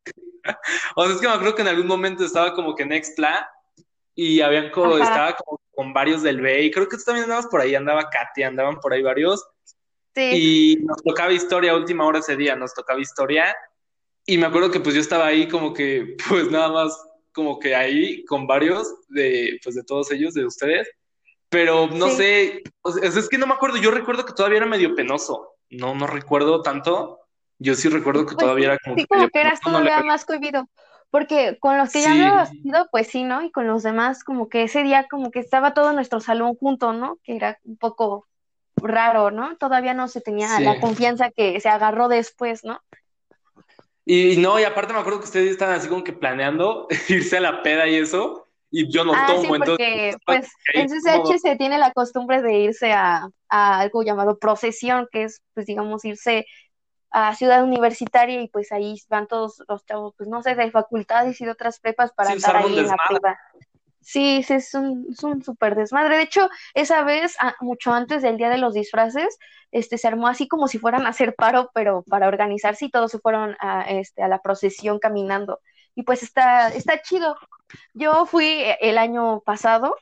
o sea, es que me acuerdo que en algún momento estaba como que en Extla y habían como, Ajá, estaba como con varios del B y creo que tú también andabas por ahí, andaba Katy, andaban por ahí varios sí, y nos tocaba historia a última hora ese día, nos tocaba historia y me acuerdo que pues yo estaba ahí como que pues nada más como que ahí con varios de pues de todos ellos, de ustedes, pero no sí. sé, o sea, es que no me acuerdo, yo recuerdo que todavía era medio penoso, no, no recuerdo tanto, yo sí recuerdo que Pues todavía sí, era como que sí, medio como que eras penoso, no le... todavía más cohibido, porque con los que ya Sí, había sido, pues sí, ¿no? Y con los demás, como que ese día como que estaba todo nuestro salón junto, ¿no? Que era un poco raro, ¿no? Todavía no se tenía sí. la confianza que se agarró después, ¿no? Y, y no, y aparte me acuerdo que ustedes estaban así como que planeando irse a la peda y eso, y yo no Ah, sí, tomo, entonces porque estaba como pues que ahí en C C H incómodo. se tiene la costumbre de irse a, a algo llamado procesión, que es, pues digamos, irse a Ciudad Universitaria y pues ahí van todos los chavos, pues no sé, de facultades y de otras prepas para Sí, se andar arma un ahí en la desmadre. peda. Sí, sí, es un, es un súper desmadre. De hecho, esa vez, a- mucho antes del día de los disfraces, este, se armó así como si fueran a hacer paro, pero para organizarse y todos se fueron a, este, a la procesión caminando. Y pues está, está chido. Yo fui eh, el año pasado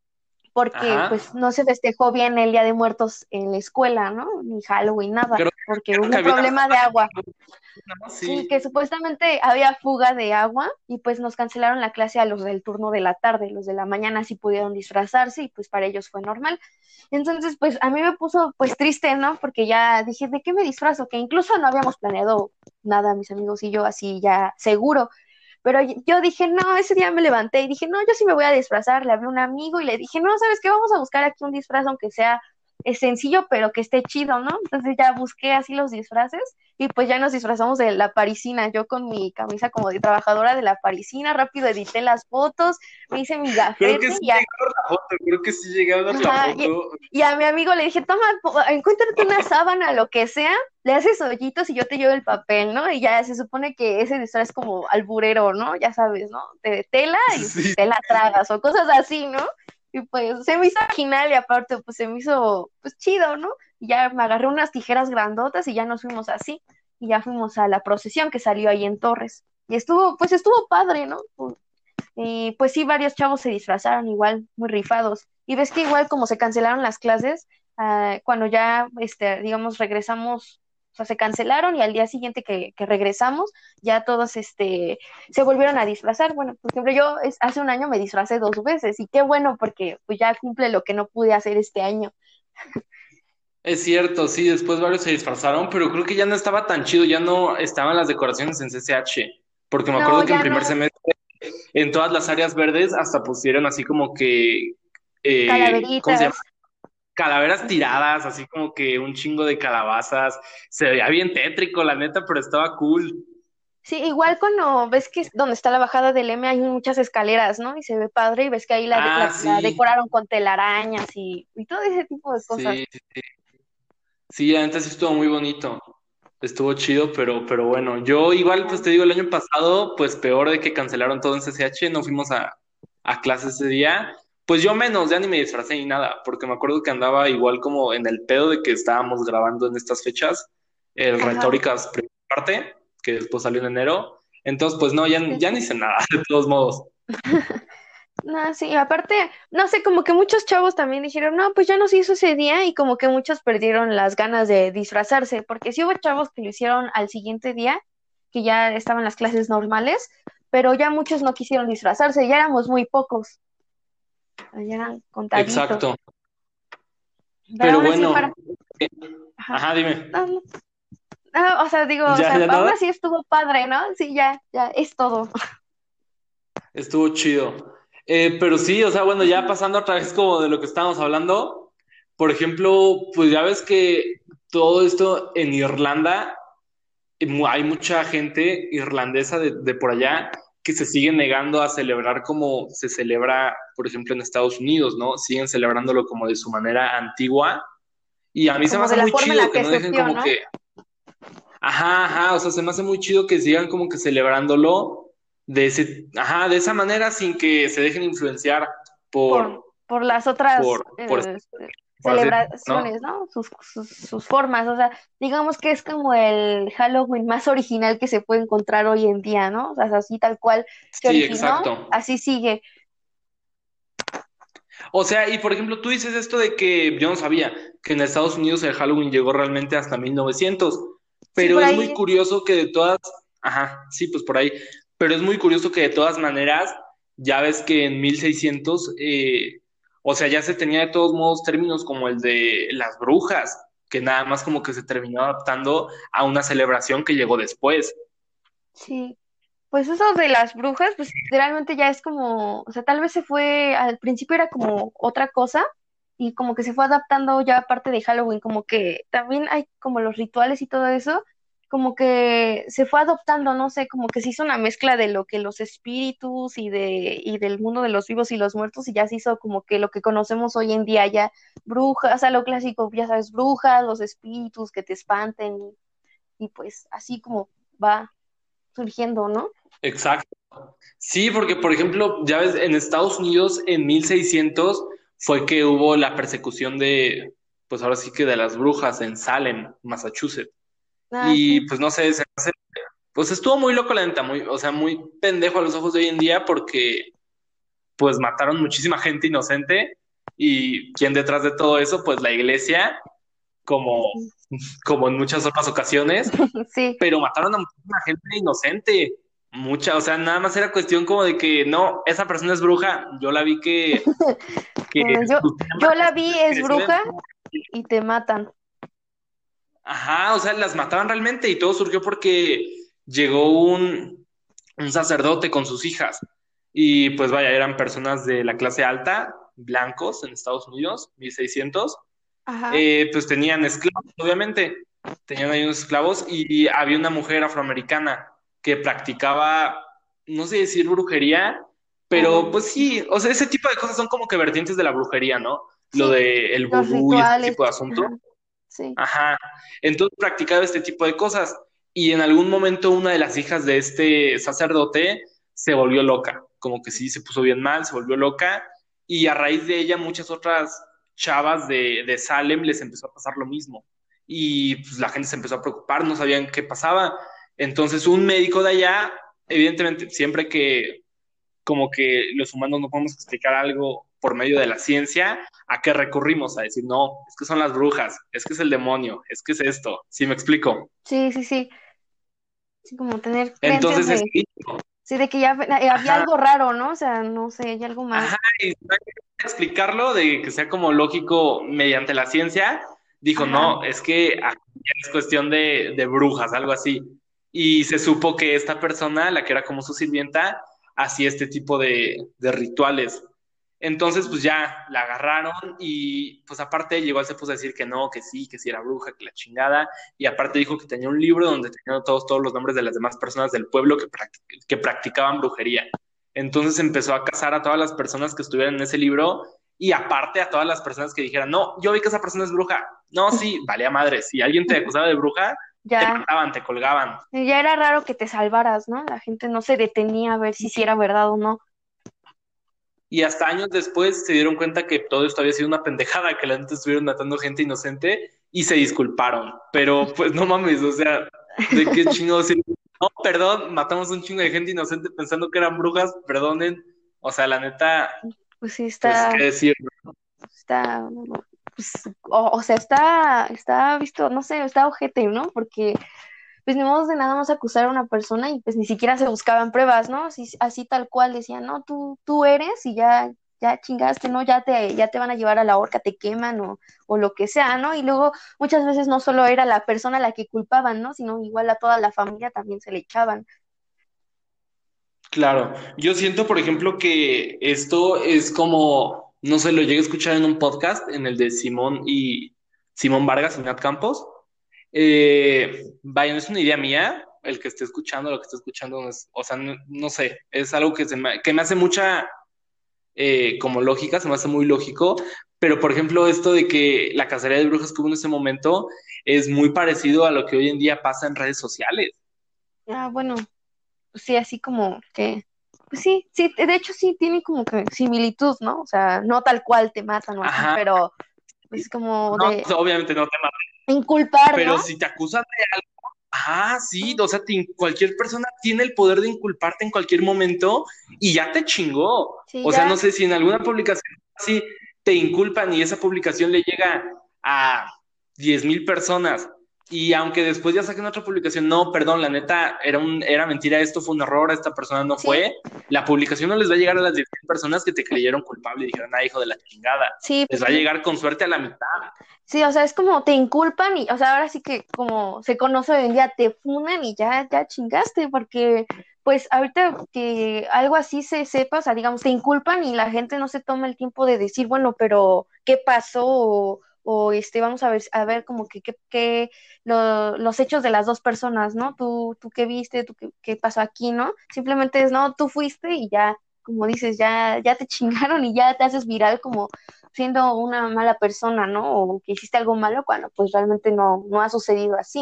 porque pues Ajá. no se festejó bien el Día de Muertos en la escuela, ¿no? Ni Halloween, nada, Creo, porque creo hubo que un había problema de agua. una, ¿no? Sí, Sí, que supuestamente había fuga de agua y pues nos cancelaron la clase a los del turno de la tarde, los de la mañana sí pudieron disfrazarse y pues para ellos fue normal. Entonces, pues a mí me puso pues triste, ¿no? Porque ya dije, ¿de qué me disfrazo? Que incluso no habíamos planeado nada, mis amigos y yo, así ya seguro. Pero yo dije, no, ese día me levanté y dije, no, yo sí me voy a disfrazar. Le hablé a un amigo y le dije, no, ¿sabes qué? Vamos a buscar aquí un disfraz, aunque sea es sencillo, pero que esté chido, ¿no? Entonces ya busqué así los disfraces y pues ya nos disfrazamos de la parisina. Yo con mi camisa como de trabajadora de la parisina, rápido edité las fotos, me hice mi creo que gafete sí y llegué ya. a ver la foto, creo que sí llegué a ver la Ajá, y, foto. y a mi amigo le dije, toma, po- encuéntrate una sábana, lo que sea, le haces hoyitos y yo te llevo el papel, ¿no? Y ya se supone que ese disfraz es como alburero, ¿no? Ya sabes, ¿no? De tela y Sí, te la tragas o cosas así, ¿no? Y pues se me hizo original y aparte pues se me hizo pues chido, ¿no? Y ya me agarré unas tijeras grandotas y ya nos fuimos así. Y ya fuimos a la procesión que salió ahí en Torres. Y estuvo, pues estuvo padre, ¿no? Y pues sí, varios chavos se disfrazaron igual, muy rifados. Y ves que igual como se cancelaron las clases, ah, cuando ya, este, digamos, regresamos, o sea, se cancelaron y al día siguiente que, que regresamos, ya todos, este, se volvieron a disfrazar. Bueno, por ejemplo, yo es- hace un año me disfracé dos veces y qué bueno porque pues ya cumple lo que no pude hacer este año. es cierto, sí, después varios se disfrazaron, pero creo que ya no estaba tan chido, ya no estaban las decoraciones en C C H, porque me No, acuerdo que en ya primer no, semestre, en todas las áreas verdes, hasta pusieron así como que, eh, ¿cómo se llama? calaveritas. calaveras tiradas, así como que un chingo de calabazas. Se veía bien tétrico, la neta, pero estaba cool. Sí, igual cuando ves que es donde está la bajada del M hay muchas escaleras, ¿no? Y se ve padre y ves que ahí la, de- Ah, la, la sí, decoraron con telarañas y, y todo ese tipo de cosas. sí, sí, sí. Sí, la neta sí estuvo muy bonito. Estuvo chido, pero, pero bueno, yo igual, pues te digo, el año pasado, pues peor de que cancelaron todo en C C H, no fuimos a, a clases ese día. Pues yo menos, ya ni me disfracé ni nada, porque me acuerdo que andaba igual como en el pedo de que estábamos grabando en estas fechas el Ajá. Retóricas primera parte, que después salió en enero. Entonces, pues no, ya, Sí. ya ni hice nada, de todos modos. No, sí, aparte, no sé, como que muchos chavos también dijeron, no, pues ya no se hizo ese día y como que muchos perdieron las ganas de disfrazarse, porque sí hubo chavos que lo hicieron al siguiente día, que ya estaban las clases normales, pero ya muchos no quisieron disfrazarse, ya éramos muy pocos, ya eran contaditos, Exacto. pero Pero aún así bueno, para, eh, ajá, ajá, dime. no, no, no, o sea, digo, o ¿Ya, sea, ya aún nada? así estuvo padre, ¿no? Sí, ya, ya, es todo. Estuvo chido. Eh, pero sí, o sea, bueno, ya Ujú. pasando otra vez como de lo que estábamos hablando, por ejemplo, pues ya ves que todo esto en Irlanda, eh, mu- hay mucha gente irlandesa de, de por allá que se sigue negando a celebrar como se celebra, por ejemplo, en Estados Unidos, ¿no? Siguen celebrándolo como de su manera antigua. Y a mí se me Como de hace la muy forma en la chido que que no dejen surgió, como ¿no? que, ajá, ajá, o sea, se me hace muy chido que sigan como que celebrándolo de ese, ajá, de esa manera sin que se dejen influenciar por, por, por las otras por, por, eh, por así decirlo, ¿no? celebraciones, ¿no? Sus, sus, sus formas, o sea, digamos que es como el Halloween más original que se puede encontrar hoy en día, ¿no? O sea, así tal cual se Sí, originó, exacto. así sigue. O sea, y por ejemplo, tú dices esto de que yo no sabía que en Estados Unidos el Halloween llegó realmente hasta mil novecientos, Sí, pero por es muy ahí, curioso que de todas, ajá, sí, pues por ahí, pero es muy curioso que de todas maneras, ya ves que en mil seiscientos, eh, o sea, ya se tenía de todos modos términos como el de las brujas, que nada más como que se terminó adaptando a una celebración que llegó después. sí. Pues eso de las brujas, pues realmente ya es como, o sea, tal vez se fue, al principio era como otra cosa y como que se fue adaptando ya aparte de Halloween, como que también hay como los rituales y todo eso, como que se fue adoptando, no sé, como que se hizo una mezcla de lo que los espíritus y de y del mundo de los vivos y los muertos y ya se hizo como que lo que conocemos hoy en día ya brujas, o sea, lo clásico, ya sabes, brujas, los espíritus que te espanten y pues así como va surgiendo, ¿no? Exacto. Sí, porque por ejemplo, ya ves, en Estados Unidos en mil seiscientos fue que hubo la persecución de, pues ahora sí que de las brujas en Salem, Massachusetts. Ah, Y sí. pues no sé, se hace- pues estuvo muy loco la neta, muy, o sea, muy pendejo a los ojos de hoy en día porque pues mataron muchísima gente inocente y quien detrás de todo eso, pues la iglesia, como, como en muchas otras ocasiones, Sí, pero mataron a muchísima gente inocente. Mucha, o sea, nada más era cuestión como de que no, esa persona es bruja. Yo la vi que, que eh, yo, sus temas yo la vi, es que se ven- bruja y te matan. ajá, o sea, las mataban realmente y todo surgió porque llegó un, un sacerdote con sus hijas y pues vaya, eran personas de la clase alta, blancos en Estados Unidos, mil seiscientos. Ajá. Eh, pues tenían esclavos, obviamente, tenían ahí unos esclavos y había una mujer afroamericana que practicaba, no sé decir brujería, pero O pues sí, o sea, ese tipo de cosas son como que vertientes de la brujería, ¿no? Lo sí, de el los vudú y este rituales. tipo de asuntos. Ajá, sí. Ajá. Entonces practicaba este tipo de cosas y en algún momento una de las hijas de este sacerdote se volvió loca, como que sí, se puso bien mal, se volvió loca y a raíz de ella muchas otras chavas de, de Salem les empezó a pasar lo mismo y pues la gente se empezó a preocupar, no sabían qué pasaba. Entonces un médico de allá, evidentemente siempre que como que los humanos no podemos explicar algo por medio de la ciencia, ¿a qué recurrimos? A decir, no, es que son las brujas, es que es el demonio, es que es esto, ¿sí me explico? Sí, sí, sí. Sí, como tener creencias Entonces, es, de, sí, de que ya eh, había ajá, algo raro, ¿no? O sea, no sé, hay algo ajá, más. y para explicarlo de que sea como lógico mediante la ciencia, dijo, Ajá. no, es que aquí es cuestión de, de brujas, algo así. Y se supo que esta persona, la que era como su sirvienta, hacía este tipo de, de rituales. Entonces, pues ya la agarraron y pues aparte llegó, él se puso a decir que no, que sí, que sí era bruja, que la chingada, y aparte dijo que tenía un libro donde tenían todos, todos los nombres de las demás personas del pueblo que, practic- que practicaban brujería. Entonces empezó a cazar a todas las personas que estuvieran en ese libro y aparte a todas las personas que dijeran, no, yo vi que esa persona es bruja. No, sí, valía madre. Si alguien te acusaba de bruja, te Ya, mataban, te colgaban. ya era raro que te salvaras, ¿no? La gente no se detenía a ver si sí era verdad o no. Y hasta años después se dieron cuenta que todo esto había sido una pendejada, que la neta estuvieron matando gente inocente y se disculparon. Pero pues no mames, o sea, ¿de qué chingados? No, perdón, matamos un chingo de gente inocente pensando que eran brujas, perdonen. O sea, la neta, Pues sí, pues está, qué decir. está, pues, o, o sea, está, está visto, no sé, está ojete, ¿no? Porque pues ni modo de nada más acusar a una persona y pues ni siquiera se buscaban pruebas, ¿no? Así, así tal cual decían, no, tú, tú eres y ya, ya chingaste, ¿no? Ya te, ya te van a llevar a la horca, te queman o, o lo que sea, ¿no? Y luego muchas veces no solo era la persona a la que culpaban, ¿no? Sino igual a toda la familia también se le echaban. Claro, yo siento, por ejemplo, que esto es como, no sé, lo llegué a escuchar en un podcast, en el de Simón y Simón Vargas y Nat Campos. Eh, vaya, no es una idea mía, el que esté escuchando, lo que esté escuchando, no es- o sea, no, no sé, es algo que, se me, que me hace mucha eh, como lógica, se me hace muy lógico, pero por ejemplo, esto de que la cacería de brujas que hubo en ese momento es muy parecido a lo que hoy en día pasa en redes sociales. Ah, bueno, pues sí, así como que, pues sí, sí, de hecho sí tiene como que similitud, ¿no? O sea, no tal cual te matan o así, Ajá, pero pues como no, de obviamente no te mato, inculpar, ¿no? pero si te acusan. Ah, sí, o sea, te- cualquier persona tiene el poder de inculparte en cualquier momento y ya te chingó. Sí, O sea, no ya. sé si en alguna publicación así te inculpan y esa publicación le llega a diez mil personas y aunque después ya saquen otra publicación, no, perdón, la neta era, un, era mentira, esto fue un error, esta persona no Sí, fue, la publicación no les va a llegar a las diez mil personas que te creyeron culpable y dijeron, ah, hijo de la chingada, sí, les pues va a sí. llegar con suerte a la mitad. Sí, o sea, es como te inculpan y, o sea, ahora sí que como se conoce hoy en día, te funan y ya, ya chingaste, porque pues ahorita que algo así se sepa, o sea, digamos, te inculpan y la gente no se toma el tiempo de decir, bueno, pero ¿qué pasó? O, o, este, vamos a ver, a ver como que, que, que lo- los hechos de las dos personas, ¿no? Tú, tú qué viste, tú qué, qué pasó aquí, ¿no? Simplemente es, no, tú fuiste y ya, como dices, ya, ya te chingaron y ya te haces viral como siendo una mala persona, ¿no? O que hiciste algo malo cuando pues realmente no, no ha sucedido así.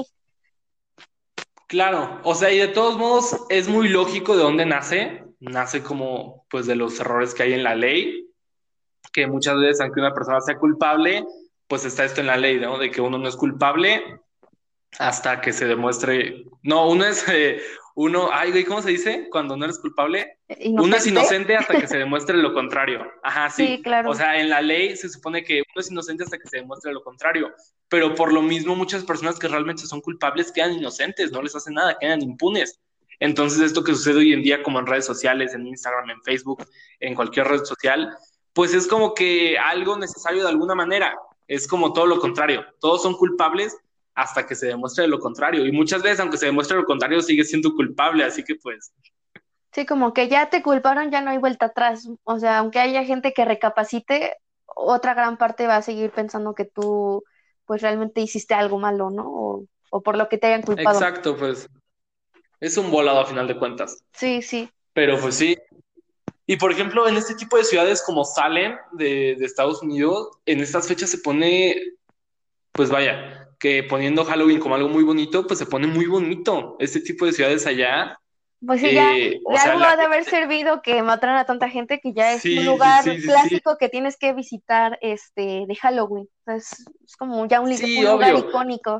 Claro, o sea, y de todos modos es muy lógico de dónde nace. Nace como pues de los errores que hay en la ley, que muchas veces aunque una persona sea culpable, pues está esto en la ley, ¿no? De que uno no es culpable hasta que se demuestre, no, uno es, eh, uno, ay, güey, ¿cómo se dice? Cuando no eres culpable, uno es Inocente. inocente hasta que se demuestre lo contrario. Ajá, Sí, sí. O claro. sea, en la ley se supone que uno es inocente hasta que se demuestre lo contrario, pero por lo mismo muchas personas que realmente son culpables quedan inocentes, no les hacen nada, quedan impunes. Entonces, esto que sucede hoy en día, como en redes sociales, en Instagram, en Facebook, en cualquier red social, pues es como que algo necesario de alguna manera. Es como todo lo contrario. Todos son culpables hasta que se demuestre lo contrario. Y muchas veces, aunque se demuestre lo contrario, sigue siendo culpable. Así que, pues, Sí, como que ya te culparon, ya no hay vuelta atrás. O sea, aunque haya gente que recapacite, otra gran parte va a seguir pensando que tú pues realmente hiciste algo malo, ¿no? O, o por lo que te hayan culpado. exacto, pues, es un volado a final de cuentas. Sí, sí. Pero, pues sí. Y por ejemplo, en este tipo de ciudades como Salem de, de Estados Unidos, en estas fechas se pone, pues vaya, que poniendo Halloween como algo muy bonito, pues se pone muy bonito. Este tipo de ciudades allá, Pues sí, ya eh, de o sea, algo la ha de haber servido que mataran a tanta gente que ya es un sí, sí, lugar sí, sí, sí, clásico que tienes que visitar este de Halloween. O sea, es, es como ya un, li- sí, un lugar obvio. icónico.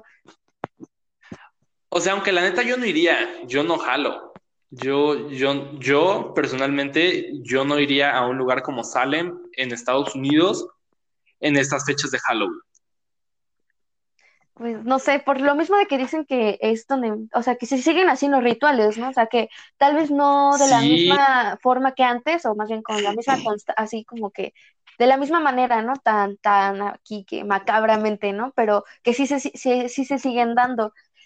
O sea, aunque la neta yo no iría, yo no jalo. Yo, yo, yo personalmente, yo no iría a un lugar como Salem en Estados Unidos en estas fechas de Halloween. Pues no sé, por lo mismo de que dicen que es donde, o sea, que se siguen haciendo rituales, ¿no? O sea, que tal vez no de la Sí, misma forma que antes, o más bien con la misma consta, así como que de la misma manera, ¿no? Tan, tan aquí que macabramente, ¿no? Pero que sí se, sí, sí se siguen dando.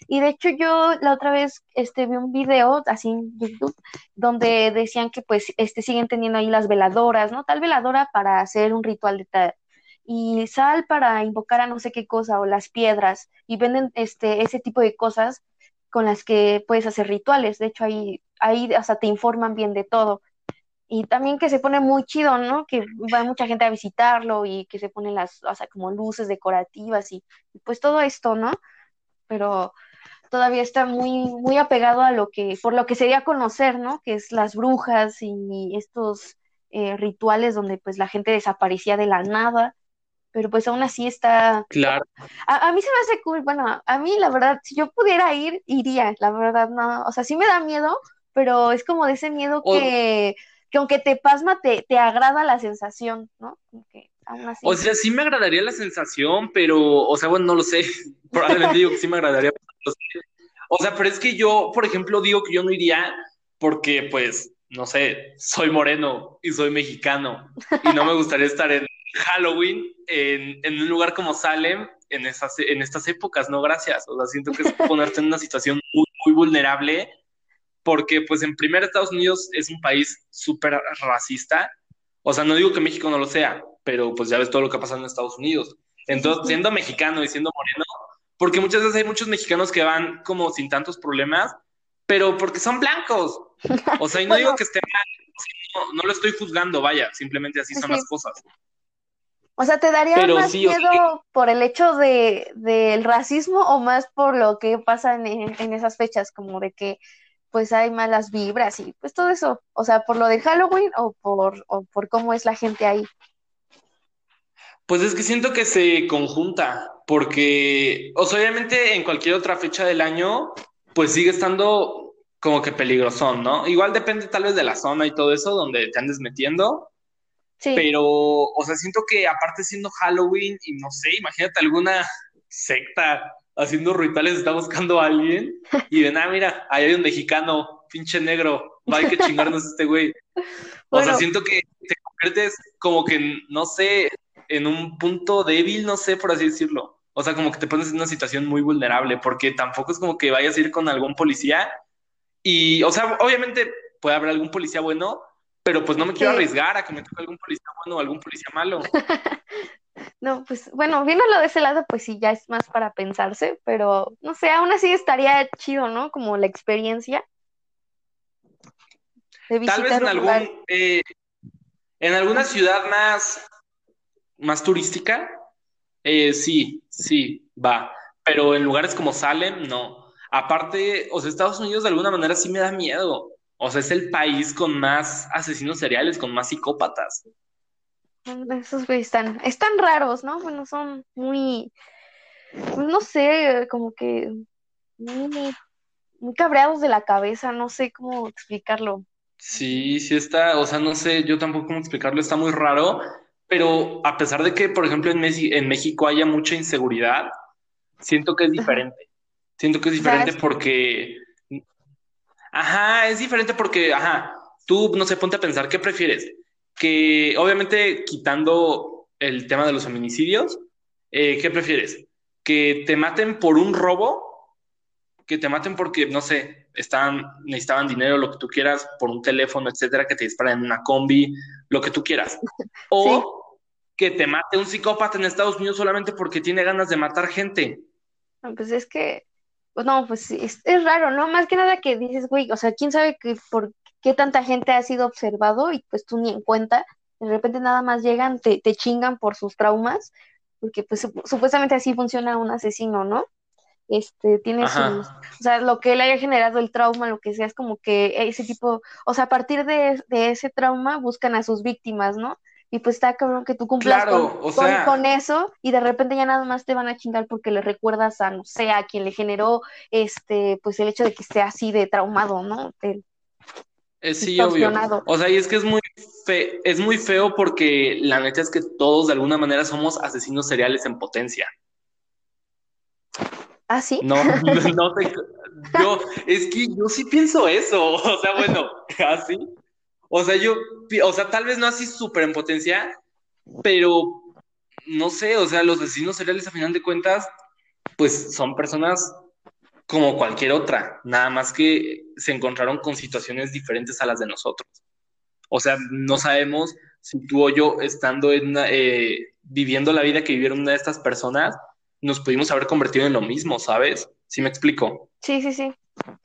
Y de hecho yo la otra vez este, vi un video así en YouTube donde decían que pues este, siguen teniendo ahí las veladoras, ¿no? Tal veladora para hacer un ritual de tal y sal para invocar a no sé qué cosa o las piedras y venden este, ese tipo de cosas con las que puedes hacer rituales. De hecho ahí, ahí hasta te informan bien de todo. Y también que se pone muy chido, ¿no? Que va mucha gente a visitarlo y que se ponen las, o sea, como luces decorativas y, y pues todo esto, ¿no? Pero todavía está muy, muy apegado a lo que, por lo que sería conocer, ¿no? Que es las brujas y estos eh, rituales donde pues la gente desaparecía de la nada, pero pues aún así está, Claro. a, a mí se me hace cool, bueno, a mí la verdad, si yo pudiera ir, iría, la verdad, no, o sea, sí me da miedo, pero es como de ese miedo O, que, que aunque te pasma, te, te agrada la sensación, ¿no? Como que aún o así. sea, sí me agradaría la sensación, pero, o sea, bueno, no lo sé. Probablemente digo que sí me agradaría. O sea, pero es que yo, por ejemplo, digo que yo no iría porque, pues, no sé, soy moreno y soy mexicano y no me gustaría estar en Halloween en, en un lugar como Salem en, esas, en estas épocas, no, gracias. O sea, siento que es ponerte en una situación muy, muy vulnerable porque, pues, en primer Estados Unidos es un país súper racista. O sea, no digo que México no lo sea, pero pues ya ves todo lo que ha pasado en Estados Unidos. Sí, sí, Entonces, sí. siendo mexicano y siendo moreno, porque muchas veces hay muchos mexicanos que van como sin tantos problemas, pero porque son blancos. O sea, y no digo Bueno, que esté mal, no, no lo estoy juzgando, vaya, simplemente así pues son las sí. cosas. O sea, ¿te daría Pero más sí, o sea, miedo por el hecho de, del racismo o más por lo que pasa en, en- en esas fechas, como de que pues hay malas vibras y pues todo eso? O sea, ¿por lo de Halloween o por, o por cómo es la gente ahí? pues es que siento que se conjunta, porque, o sea, obviamente en cualquier otra fecha del año, pues sigue estando como que peligrosón, ¿no? Igual depende tal vez de la zona y todo eso, donde te andes metiendo, Sí. pero, o sea, siento que aparte siendo Halloween, y no sé, imagínate alguna secta haciendo rituales, está buscando a alguien, y ven, ah, mira, ahí hay un mexicano, pinche negro, va, hay que chingarnos a este güey. O sea, Bueno, siento que te conviertes como que, en, no sé, en un punto débil, no sé, por así decirlo. O sea, como que te pones en una situación muy vulnerable, porque tampoco es como que vayas a ir con algún policía y, o sea, obviamente puede haber algún policía bueno, pero pues no me quiero sí. arriesgar a que me toque algún policía bueno o algún policía malo. No, pues bueno, viéndolo de ese lado, pues sí, ya es más para pensarse, pero no sé, aún así estaría chido, ¿no? Como la experiencia de Tal vez visitar en un lugar. algún, eh, en alguna ciudad más, más turística, eh, sí, sí, va. Pero en lugares como Salem, no. Aparte, o sea, Estados Unidos de alguna manera sí me da miedo. O sea, es el país con más asesinos seriales, con más psicópatas. Mm, esos güeyes están, están raros, ¿no? Bueno, son muy, pues no sé, como que muy, muy cabreados de la cabeza, no sé cómo explicarlo. Sí, sí está, o sea, no sé, yo tampoco cómo explicarlo, está muy raro, pero a pesar de que, por ejemplo, en, Mexi- en México haya mucha inseguridad, siento que es Ajá. diferente. Siento que es O sea, diferente es que, porque, ajá, es diferente porque, ajá, tú, no sé, ponte a pensar, ¿qué prefieres? Que, obviamente, quitando el tema de los feminicidios, eh, ¿qué prefieres? ¿Que te maten por un robo? ¿Que te maten porque, no sé, estaban, necesitaban dinero, lo que tú quieras, por un teléfono, etcétera, que te disparen en una combi, lo que tú quieras? sí, ¿O que te mate un psicópata en Estados Unidos solamente porque tiene ganas de matar gente? no, pues es que, pues no, pues sí, es, es raro, ¿no? Más que nada que dices, güey, o sea, quién sabe que por qué tanta gente ha sido observado y pues tú ni en cuenta, de repente nada más llegan, te, te chingan por sus traumas, porque pues sup- supuestamente así funciona un asesino, ¿no? Este, tiene sus, Ajá. o sea, lo que le haya generado el trauma, lo que sea, es como que ese tipo, o sea, a partir de, de ese trauma buscan a sus víctimas, ¿no? Y pues está cabrón que tú cumplas con, Claro, o con, con sea, eso y de repente ya nada más te van a chingar porque le recuerdas a, no sé, a quien le generó, este, pues el hecho de que esté así de traumado, ¿no? De- es sí, obvio. distorsionado. O sea, y es que es muy fe- es muy feo porque la neta es que todos de alguna manera somos asesinos seriales en potencia. ¿Ah, sí? No, no te, yo, es que yo sí pienso eso. O sea, bueno, así. O sea, yo, pi- o sea, tal vez no así súper en potencia, pero no sé, o sea, los asesinos seriales a final de cuentas, pues son personas como cualquier otra, nada más que se encontraron con situaciones diferentes a las de nosotros. O sea, no sabemos si tú o yo, estando en una, eh, viviendo la vida que vivieron una de estas personas, nos pudimos haber convertido en lo mismo, ¿sabes? ¿Sí me explico? Sí, sí, sí.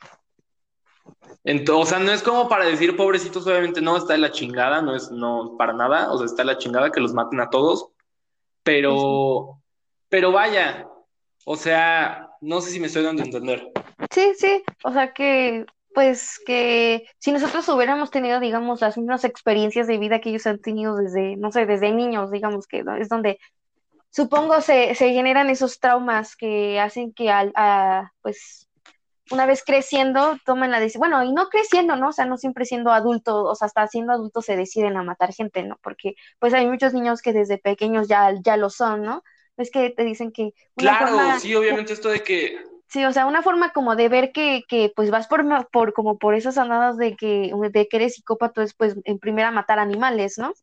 Ento- o sea, no es como para decir, pobrecitos, obviamente no, está de la chingada, no es, no, para nada, o sea, está de la chingada que los maten a todos, Sí, sí. pero, pero vaya, o sea, no sé si me estoy dando a entender. Sí, sí, o sea que, pues que si nosotros hubiéramos tenido, digamos, las mismas experiencias de vida que ellos han tenido desde, no sé, desde niños, digamos que ¿no? Es donde supongo se, se generan esos traumas que hacen que al, a, pues una vez creciendo tomen la decisión, bueno, y no creciendo, ¿no? O sea, no siempre siendo adultos, o sea, hasta siendo adultos se deciden a matar gente, ¿no? Porque pues hay muchos niños que desde pequeños ya, ya lo son, ¿no? Es que te dicen que una Claro, forma sí, obviamente esto de que, sí, o sea, una forma como de ver que, que pues vas por, ma- por como por esas andadas de que, de que eres psicópata es pues en primera matar animales, ¿no?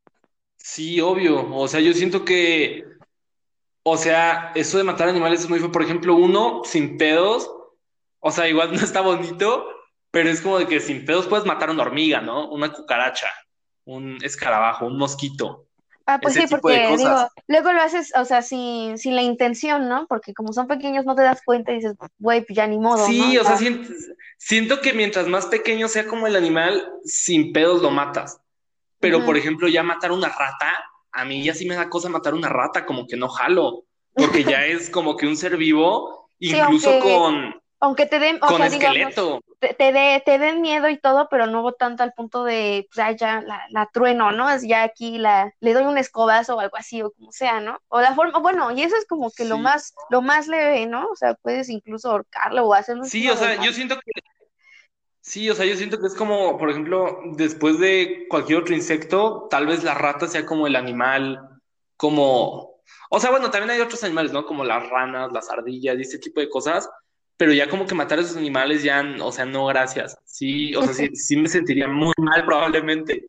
sí, obvio, o sea, yo siento que, o sea, eso de matar animales es muy feo, por ejemplo, uno sin pedos, o sea, igual no está bonito, pero es como de que sin pedos puedes matar una hormiga, ¿no? Una cucaracha, un escarabajo, un mosquito, Ah, pues ese sí, tipo de porque cosas. digo, luego lo haces, o sea, sin, sin la intención, ¿no? Porque como son pequeños no te das cuenta y dices, güey, pues ya ni modo, ¿no? Sí, o sea, Ya. siento, siento que mientras más pequeño sea como el animal, sin pedos lo matas. Pero, por Ujú. ejemplo, ya matar una rata, a mí ya sí me da cosa matar una rata, como que no jalo, porque ya es como que un ser vivo, Sí, incluso aunque, con, aunque te den, o con sea, digamos, esqueleto. te, te, dé- te den miedo y todo, pero no hubo tanto al punto de, pues, ah, ya la, la trueno, ¿no? Es ya aquí la, le doy un escobazo o algo así, o como sea, ¿no? O la forma, bueno, y eso es como que lo Sí, más, lo más leve, ¿no? O sea, puedes incluso ahorcarlo o hacerle un sí, chingo o de sea, yo mal. siento que, sí, o sea, yo siento que es como, por ejemplo, después de cualquier otro insecto, tal vez la rata sea como el animal, como, o sea, bueno, también hay otros animales, ¿no? Como las ranas, las ardillas y este tipo de cosas, pero ya como que matar a esos animales ya, o sea, no, gracias. Sí, o sea, sí, sí me sentiría muy mal probablemente.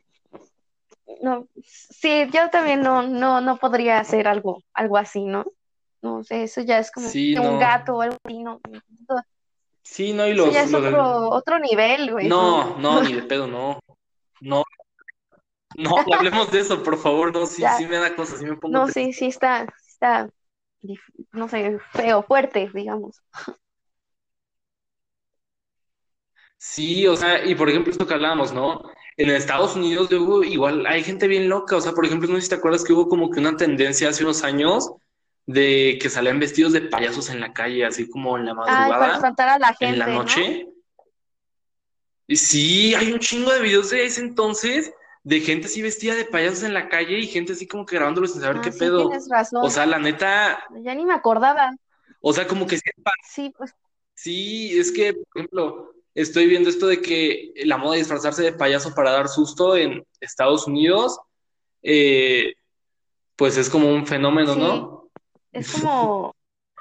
No, sí, yo también no, no, no podría hacer algo, algo así, ¿no? No sé, eso ya es como Sí, un no. gato o algo así, ¿no? Sí, no, y Eso ya los, es los otro, otro nivel, güey, ¿no? no, no, ni de pedo, no. No, no, no hablemos de eso, por favor, no, sí, Ya, sí me da cosas, sí me pongo no, triste. sí, sí está, está, dif- no sé, feo, fuerte, digamos. Sí, o sea, y por ejemplo, esto que hablábamos, ¿no? En Estados Unidos luego igual hay gente bien loca, o sea, por ejemplo, no sé si te acuerdas que hubo como que una tendencia hace unos años de que salían vestidos de payasos en la calle, así como en la Ay, para madrugada, espantar a la en la gente, ¿no? noche. Y sí, hay un chingo de videos de ese entonces, de gente así vestida de payasos en la calle y gente así como que grabándolos sin saber Ah, qué sí, tienes pedo. O razón. sea, la neta, Ya ni me acordaba. o sea, como que sí, Sí, pues, sí, es que, por ejemplo, estoy viendo esto de que la moda de disfrazarse de payaso para dar susto en Estados Unidos, eh, pues es como un fenómeno, sí, ¿no? es como,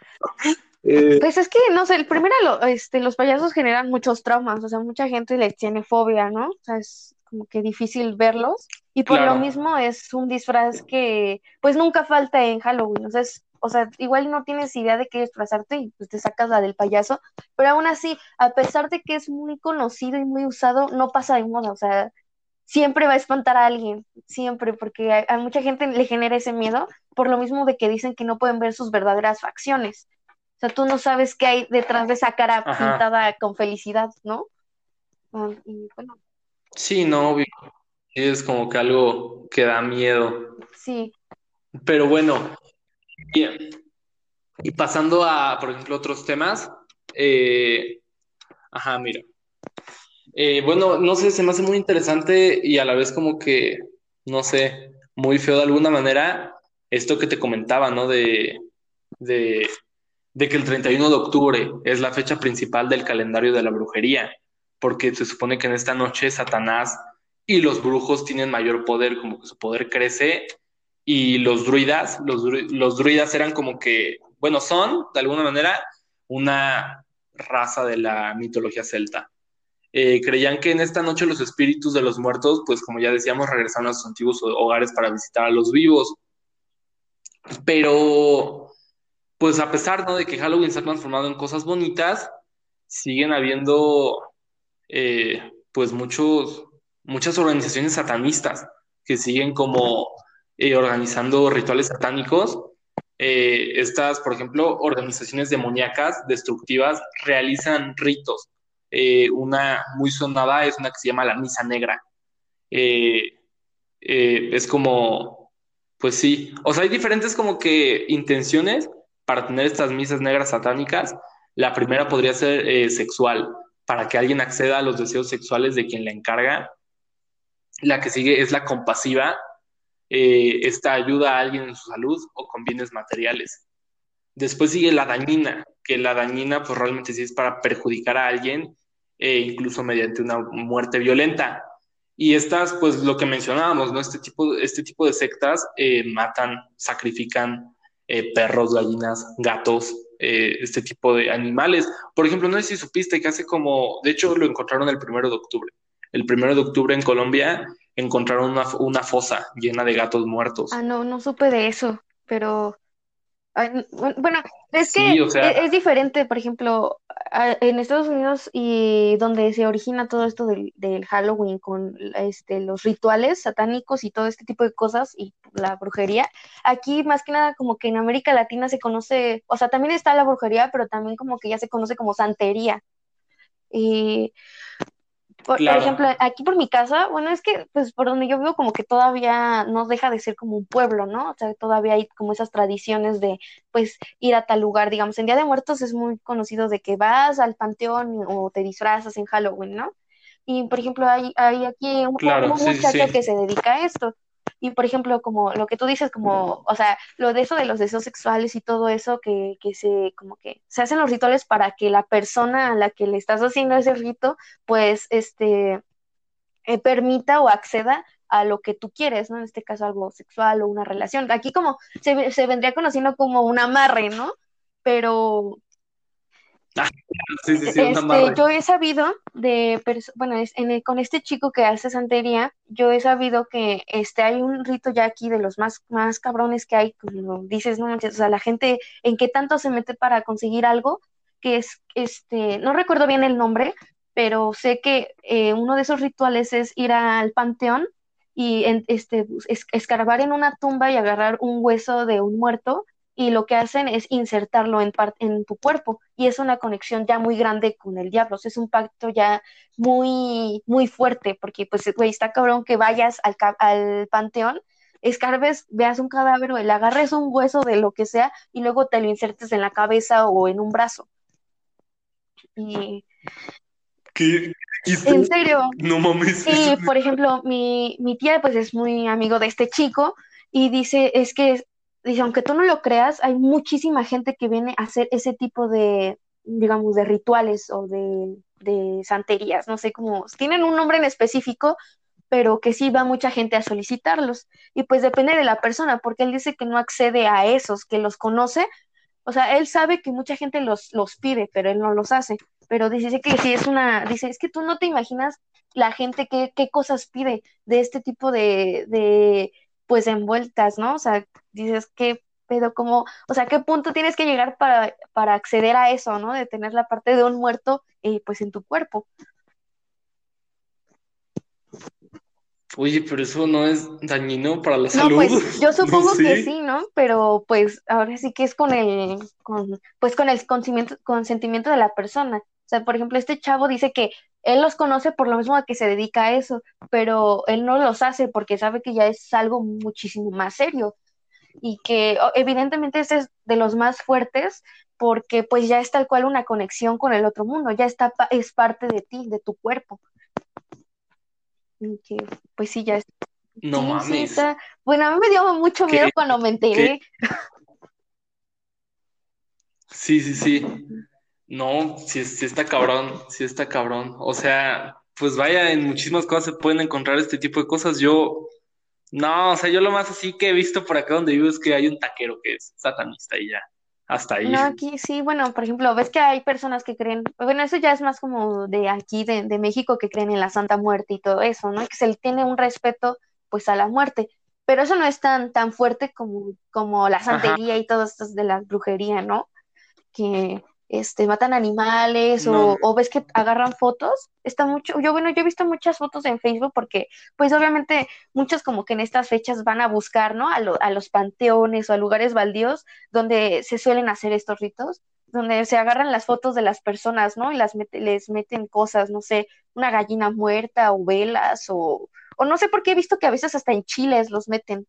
Eh, pues es que, no sé, el primero, lo- este, los payasos generan muchos traumas, o sea, mucha gente les tiene fobia, ¿no? O sea, es como que difícil verlos. Y por lo claro, mismo es un disfraz que, pues, nunca falta en Halloween. O sea, es- o sea, igual no tienes idea de qué disfrazarte y pues te sacas la del payaso, pero aún así, a pesar de que es muy conocido y muy usado, no pasa de moda, o sea, siempre va a espantar a alguien, siempre, porque a, a mucha gente le genera ese miedo, por lo mismo de que dicen que no pueden ver sus verdaderas facciones. O sea, tú no sabes qué hay detrás de esa cara ajá, pintada con felicidad, ¿no? Ah, y bueno, sí, no, obvio, es como que algo que da miedo. sí, Pero bueno, bien. Y pasando a, por ejemplo, otros temas, eh, ajá, mira. Eh, bueno, no sé, se me hace muy interesante y a la vez como que, no sé, muy feo de alguna manera, esto que te comentaba, ¿no? De, de, de que el treinta y uno de octubre es la fecha principal del calendario de la brujería, porque se supone que en esta noche Satanás y los brujos tienen mayor poder, como que su poder crece, y los druidas, los, dru- los druidas eran como que, bueno, son de alguna manera una raza de la mitología celta. Eh, creían que en esta noche los espíritus de los muertos, pues como ya decíamos, regresaron a sus antiguos hogares para visitar a los vivos. Pero, pues a pesar, ¿no? de que Halloween se ha transformado en cosas bonitas, siguen habiendo eh, pues muchos, muchas organizaciones satanistas que siguen como eh, organizando rituales satánicos. Eh, estas, por ejemplo, organizaciones demoníacas destructivas realizan ritos. Eh, una muy sonada es una que se llama la Misa Negra. Eh, eh, es como, pues sí, o sea, hay diferentes como que intenciones para tener estas misas negras satánicas. La primera podría ser eh, sexual, para que alguien acceda a los deseos sexuales de quien la encarga. La que sigue es la compasiva, eh, esta ayuda a alguien en su salud o con bienes materiales. Después sigue la dañina, que la dañina pues realmente sí es para perjudicar a alguien, eh, incluso mediante una muerte violenta. Y estas, pues lo que mencionábamos, ¿no? Este tipo, este tipo de sectas eh, matan, sacrifican eh, perros, gallinas, gatos, eh, este tipo de animales. Por ejemplo, no sé si supiste que hace como, de hecho lo encontraron el primero de octubre. El primero de octubre en Colombia encontraron una, una fosa llena de gatos Ah, muertos. no, no supe de eso, pero ay, n- bu- bueno, es que Sí, o sea, e- es, diferente, por ejemplo, a- en Estados Unidos y donde se origina todo esto del, del Halloween con este, los rituales satánicos y todo este tipo de cosas y la brujería. Aquí más que nada como que en América Latina se conoce, o sea, también está la brujería, pero también como que ya se conoce como santería. Por, por ejemplo, claro. aquí por mi casa, bueno, es que pues por donde yo vivo como que todavía no deja de ser como un pueblo, ¿no? O sea, todavía hay como esas tradiciones de pues ir a tal lugar, digamos, en Día de Muertos es muy conocido de que vas al panteón o te disfrazas en Halloween, ¿no? Y por ejemplo, hay, hay aquí un, Claro, un sí, sí, muchacho que sí. se dedica a esto. Y por ejemplo, como lo que tú dices, como, o sea, lo de eso de los deseos sexuales y todo eso, que, que se, como que se hacen los rituales para que la persona a la que le estás haciendo ese rito, pues, este, eh, permita o acceda a lo que tú quieres, ¿no? En este caso algo sexual o una relación. Aquí como se, se vendría conociendo como un amarre, ¿no? Pero Ah, sí, sí, sí, un este, amarre. yo he sabido de, perso- bueno, es, en el- con este chico que hace santería, yo he sabido que este, hay un rito ya aquí de los más, más cabrones que hay, como dices, no manches, o sea, la gente en qué tanto se mete para conseguir algo, que es, este, no recuerdo bien el nombre, pero sé que eh, uno de esos rituales es ir al panteón y en- este, es- escarbar en una tumba y agarrar un hueso de un muerto y lo que hacen es insertarlo en, par- en tu cuerpo y es una conexión ya muy grande con el diablo, o sea, es un pacto ya muy, muy fuerte, porque pues, güey, está cabrón que vayas al, ca- al panteón, escarbes, veas un cadáver, o le agarres un hueso de lo que sea y luego te lo insertes en la cabeza o en un brazo. Y ¿Qué dijiste? en serio, No mames, eso y es... por ejemplo, mi, mi tía pues es muy amigo de este chico y dice, es que, dice, aunque tú no lo creas, hay muchísima gente que viene a hacer ese tipo de, digamos, de rituales o de, de santerías, no sé cómo, tienen un nombre en específico, pero que sí va mucha gente a solicitarlos. Y pues depende de la persona, porque él dice que no accede a esos, que los conoce, o sea, él sabe que mucha gente los, los pide, pero él no los hace. Pero dice que sí es una, dice, es que tú no te imaginas la gente qué, qué cosas pide de este tipo de, de, pues, envueltas, ¿no? O sea, dices, ¿qué pedo? ¿Cómo? O sea, ¿qué punto tienes que llegar para, para acceder a eso, ¿no? De tener la parte de un muerto, eh, pues, en tu cuerpo. Oye, pero eso no es dañino para la No, salud. pues yo No supongo que sé. sí, ¿no? Pero pues ahora sí que es con el, con, pues con el consentimiento, consentimiento de la persona. O sea, por ejemplo, este chavo dice que él los conoce por lo mismo a que se dedica a eso, pero él no los hace porque sabe que ya es algo muchísimo más serio y que o- evidentemente ese es de los más fuertes porque pues ya es tal cual una conexión con el otro mundo, ya está, pa- es parte de ti, de tu cuerpo. Y que, pues sí, ya es. No Sí, sí, mames. está. Bueno, a mí me dio mucho miedo ¿Qué? cuando me ¿Qué? enteré. Sí, sí, sí. No, sí, sí está cabrón, sí está cabrón. O sea, pues vaya, en muchísimas cosas se pueden encontrar este tipo de cosas. Yo, no, o sea, yo lo más así que he visto por acá donde vivo es que hay un taquero que es satanista y ya, hasta ahí. No, aquí sí, bueno, por ejemplo, ves que hay personas que creen, bueno, eso ya es más como de aquí, de, de México, que creen en la Santa Muerte y todo eso, ¿no? Que se le tiene un respeto, pues, a la muerte. pero eso no es tan, tan fuerte como, como la Ajá, santería y todo esto de la brujería, ¿no? Que este, matan animales no, o, o ves que agarran fotos. Está mucho, yo bueno, yo he visto muchas fotos en Facebook porque pues obviamente muchos como que en estas fechas van a buscar, ¿no? A, lo- a los panteones o a lugares baldíos donde se suelen hacer estos ritos, donde se agarran las fotos de las personas, ¿no? Y las mete- les meten cosas, no sé, una gallina muerta o velas o, o no sé por qué he visto que a veces hasta en chiles los meten.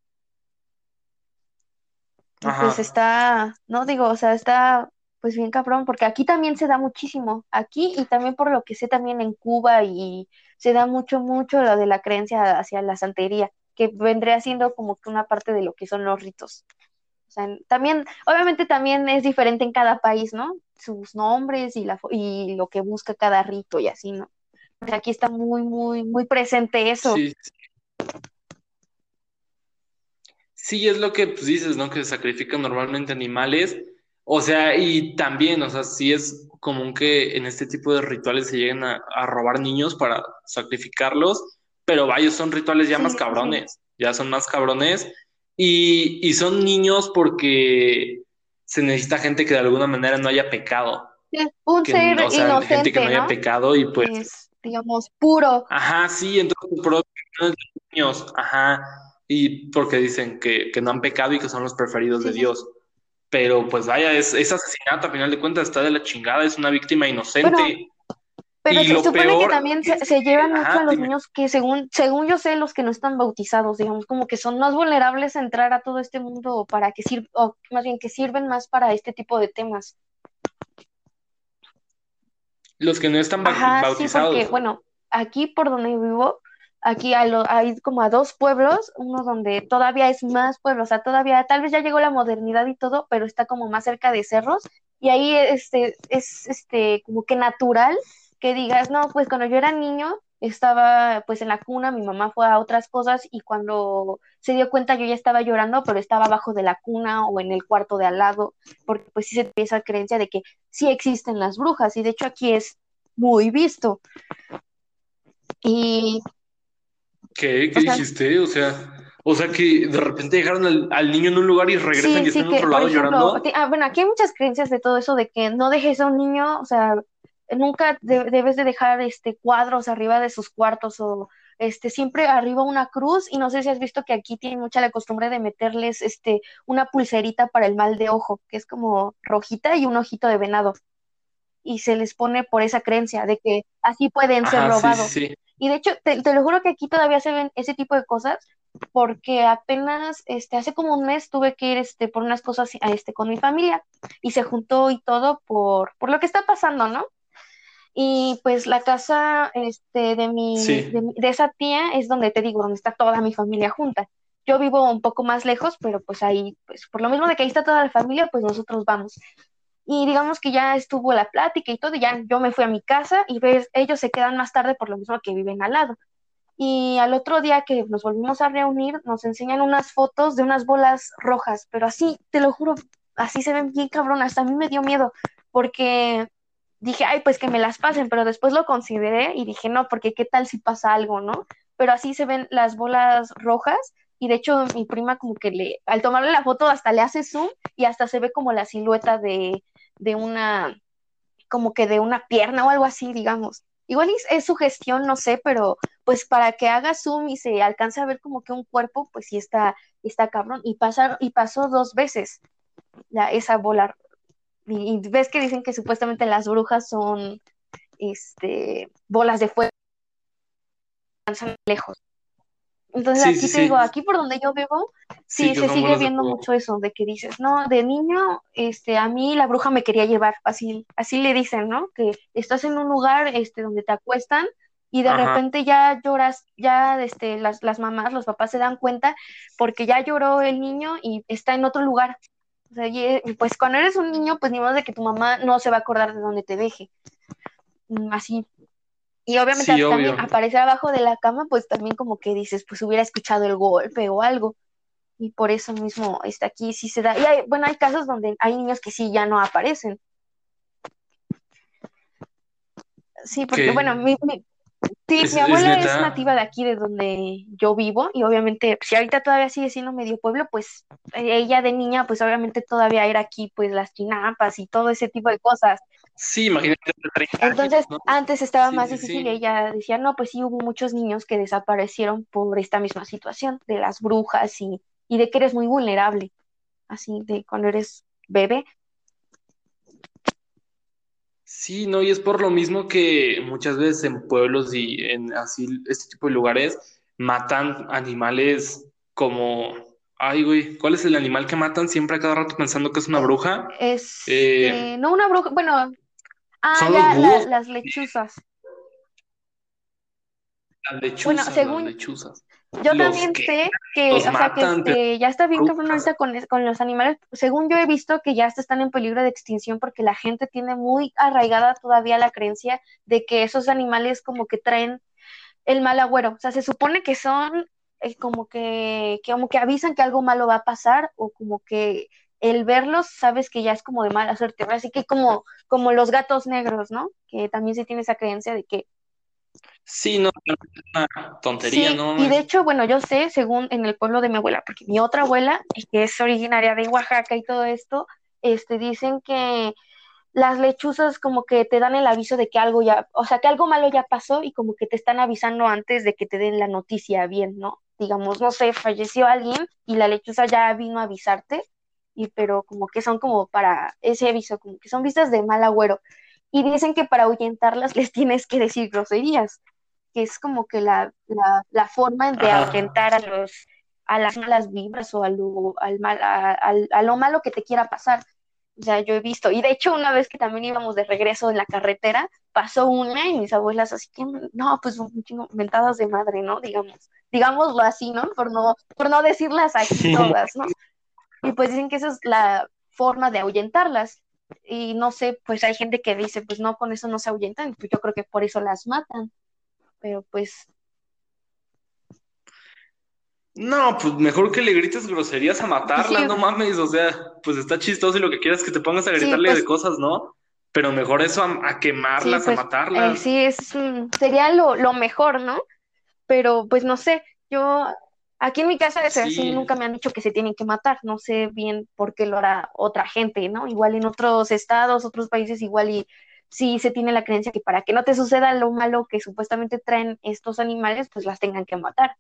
Y pues ajá. está, no digo, o sea, está pues bien cabrón, porque aquí también se da muchísimo, aquí y también por lo que sé también en Cuba y se da mucho, mucho lo de la creencia hacia la santería, que vendría siendo como que una parte de lo que son los ritos. O sea, también, obviamente también es diferente en cada país, ¿no? Sus nombres y, la, fo- y lo que busca cada rito y así, ¿no? O sea, aquí está muy, muy, muy presente eso. Sí, sí, es lo que pues, dices, ¿no? Que se sacrifican normalmente animales. O sea, y también, o sea, sí es común que en este tipo de rituales se lleguen a, a robar niños para sacrificarlos, pero vaya, son rituales ya más Sí, sí, sí. cabrones, ya son más cabrones. Y, y son niños porque se necesita gente que de alguna manera no haya pecado, Sí, un que, ser o sea, gente que no inocente, haya ¿no? pecado y pues, Que es, digamos, puro. ajá, sí, entonces por eso no es de niños, ajá, y porque dicen que, que no han pecado y que son los preferidos de Sí, sí, sí. Dios. Pero pues vaya, es, es asesinato, a final de cuentas está de la chingada, es una víctima Bueno, inocente. pero Y se lo supone que peor también se, es se que, llevan mucho a ajá, los dime, niños que según, según yo sé, los que no están bautizados, digamos, como que son más vulnerables a entrar a todo este mundo para que sirv o más bien que sirven más para este tipo de temas. los que no están ba- Ajá, sí, porque, bautizados. bueno, aquí por donde vivo, aquí hay, lo- hay como a dos pueblos, uno donde todavía es más pueblo, o sea, todavía tal vez ya llegó la modernidad y todo, pero está como más cerca de cerros, y ahí este, es este, como que natural que digas, no, pues cuando yo era niño estaba pues en la cuna, mi mamá fue a otras cosas y cuando se dio cuenta yo ya estaba llorando, pero estaba abajo de la cuna o en el cuarto de al lado, porque pues sí se tiene esa creencia de que sí existen las brujas, y de hecho aquí es muy visto. Y, ¿Qué? ¿Qué o sea, dijiste? O sea, o sea que de repente dejaron al, al niño en un lugar y regresan sí, y está sí en que, otro por lado ejemplo, llorando. ti- ah, bueno, aquí hay muchas creencias de todo eso, de que no dejes a un niño, o sea, nunca de- debes de dejar este cuadros arriba de sus cuartos o este siempre arriba una cruz, y no sé si has visto que aquí tienen mucha la costumbre de meterles este una pulserita para el mal de ojo, que es como rojita y un ojito de venado, y se les pone por esa creencia de que así pueden ser Ajá, sí, sí, robados. sí. Y de hecho, te, te lo juro que aquí todavía se ven ese tipo de cosas, porque apenas, este, hace como un mes tuve que ir, este, por unas cosas, a, este, con mi familia, y se juntó y todo por, por lo que está pasando, ¿no? Y pues la casa, este, de mi, de, Sí. mi- de esa tía es donde te digo, donde está toda mi familia junta. Yo vivo un poco más lejos, pero pues ahí, pues por lo mismo de que ahí está toda la familia, pues nosotros vamos. Y digamos que ya estuvo la plática y todo, y ya yo me fui a mi casa y ves, ellos se quedan más tarde por lo mismo que viven al lado. Y al otro día que nos volvimos a reunir, nos enseñan unas fotos de unas bolas rojas, pero así, te lo juro, así se ven bien cabrón, hasta a mí me dio miedo, porque dije, ay, pues que me las pasen, pero después lo consideré y dije, no, porque qué tal si pasa algo, ¿no? Pero así se ven las bolas rojas, y de hecho mi prima como que le, al tomarle la foto hasta le hace zoom y hasta se ve como la silueta de, de una, como que de una pierna o algo así, digamos. Igual es, es su gestión, no sé, pero pues para que haga zoom y se alcance a ver como que un cuerpo, pues sí está, está cabrón. Y, pasar, y pasó dos veces la, esa bola. Y, y ves que dicen que supuestamente las brujas son este, bolas de fuego, lanzan lejos. Entonces Sí, sí, aquí te digo, sí. aquí por donde yo vivo, Sí, sí que se son sigue bolas de viendo fuego. mucho eso, de que dices, no, de niño, este, a mí la bruja me quería llevar, así, así le dicen, ¿no? Que estás en un lugar, este, donde te acuestan y de Ajá. repente ya lloras, ya, este, las, las mamás, los papás se dan cuenta porque ya lloró el niño y está en otro lugar. O sea, y, y pues cuando eres un niño, pues ni modo de que tu mamá no se va a acordar de dónde te deje. Mm, así. Y obviamente Sí, también obvio. aparecer abajo de la cama, pues también como que dices, pues hubiera escuchado el golpe o algo. Y por eso mismo está aquí, sí se da. Y hay, bueno, hay casos donde hay niños que sí ya no aparecen. Sí, porque bueno, ¿Qué? mi, mi, Sí, Es, mi es abuela es neta. nativa de aquí, de donde yo vivo, y obviamente, si ahorita todavía sigue siendo medio pueblo, pues eh, ella de niña, pues obviamente todavía era aquí, pues las chinampas y todo ese tipo de cosas. Sí, imagínate de treinta Entonces, años, ¿no? antes estaba Sí, más sí, difícil y sí. ella decía, no, pues sí hubo muchos niños que desaparecieron por esta misma situación de las brujas y, y de que eres muy vulnerable, así de cuando eres bebé. Sí, no, y es por lo mismo que muchas veces en pueblos y en así este tipo de lugares matan animales como, ay, güey, ¿cuál es el animal que matan siempre a cada rato pensando que es una bruja? Eh, Este, no una bruja, bueno, ah, son los ya, la- búhos, las lechuzas. las Bueno, lechuzas, las según lechuzas. yo Los también que sé que, los o sea, que matan, pero este, ya está bien cabrón brujas. ahorita con, es- con los animales. Según yo he visto que ya hasta están en peligro de extinción porque la gente tiene muy arraigada todavía la creencia de que esos animales como que traen el mal agüero. O sea, se supone que son eh, como que, que como que avisan que algo malo va a pasar o como que el verlos sabes que ya es como de mala suerte. Así que como, como los gatos negros, ¿no? Que también se tiene esa creencia de que Sí, no, no es una tontería, sí, ¿no? y de Es, hecho, bueno, yo sé, según en el pueblo de mi abuela, porque mi otra abuela, eh, que es originaria de Oaxaca y todo esto, este, dicen que las lechuzas como que te dan el aviso de que algo ya, o sea, que algo malo ya pasó y como que te están avisando antes de que te den la noticia bien, ¿no? Digamos, no sé, falleció alguien y la lechuza ya vino a avisarte, y pero como que son como para ese aviso, como que son vistas de mal agüero. Y dicen que para ahuyentarlas les tienes que decir groserías, que es como que la, la, la forma de ajá. ahuyentar a los a las malas vibras o a lo, al mal, a, a, a lo malo que te quiera pasar. O sea, yo he visto, y de hecho una vez que también íbamos de regreso en la carretera, pasó una y mis abuelas así que, no, pues un chingo, mentadas de madre, ¿no? Digamos, digámoslo así, ¿no? Por no, por no decirlas aquí todas, ¿no? Y pues dicen que esa es la forma de ahuyentarlas. Y no sé, pues hay gente que dice, pues no, con eso no se ahuyentan, pues yo creo que por eso las matan. Pero pues, No, pues mejor que le grites groserías a pues sí, matarlas, no mames, o sea, pues está chistoso y lo que quieras es que te pongas a sí, gritarle de pues, cosas, ¿no? Pero mejor eso a, a sí, quemarlas, a pues, eh, matarlas. sí, es, mm, sería lo, lo mejor, ¿no? Pero pues no sé, yo aquí en mi casa es así, Sí, nunca me han dicho que se tienen que matar, no sé bien por qué lo hará otra gente, ¿no? Igual en otros estados, otros países, igual y sí se tiene la creencia que para que no te suceda lo malo que supuestamente traen estos animales, pues las tengan que matar.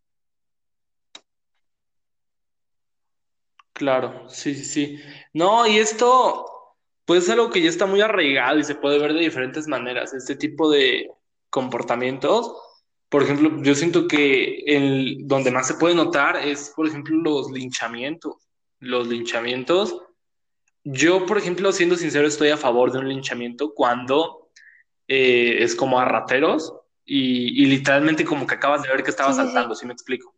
claro, sí, sí, sí. No, y esto, pues es algo que ya está muy arraigado y se puede ver de diferentes maneras. Este tipo de comportamientos, por ejemplo, yo siento que el, donde más se puede notar es, por ejemplo, los linchamientos. Los linchamientos. Yo, por ejemplo, siendo sincero, estoy a favor de un linchamiento cuando eh, es como a rateros y, y literalmente como que acabas de ver que estaba Sí, sí, sí. saltando, ¿sí me explico?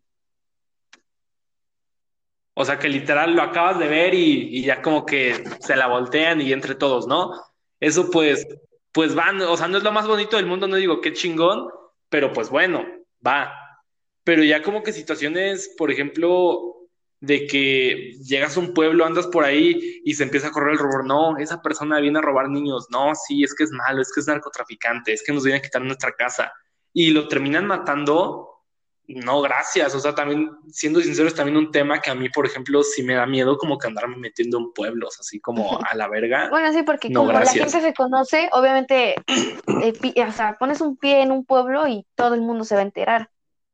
O sea, que literal lo acabas de ver y, y ya como que se la voltean y entre todos, ¿no? Eso pues, pues van, o sea, no es lo más bonito del mundo, no digo qué chingón, pero pues bueno, va. Pero ya como que situaciones, por ejemplo, de que llegas a un pueblo, andas por ahí y se empieza a correr el rumor, no, esa persona viene a robar niños, no, sí, es que es malo, es que es narcotraficante, es que nos viene a quitar nuestra casa. Y lo terminan matando, no, gracias. O sea, también, siendo sincero, es también un tema que a mí, por ejemplo, sí me da miedo como que andarme metiendo en pueblos, así como a la verga. Bueno, sí, porque No, como la gracias. gente se conoce, obviamente, eh, pi- o sea, pones un pie en un pueblo y todo el mundo se va a enterar.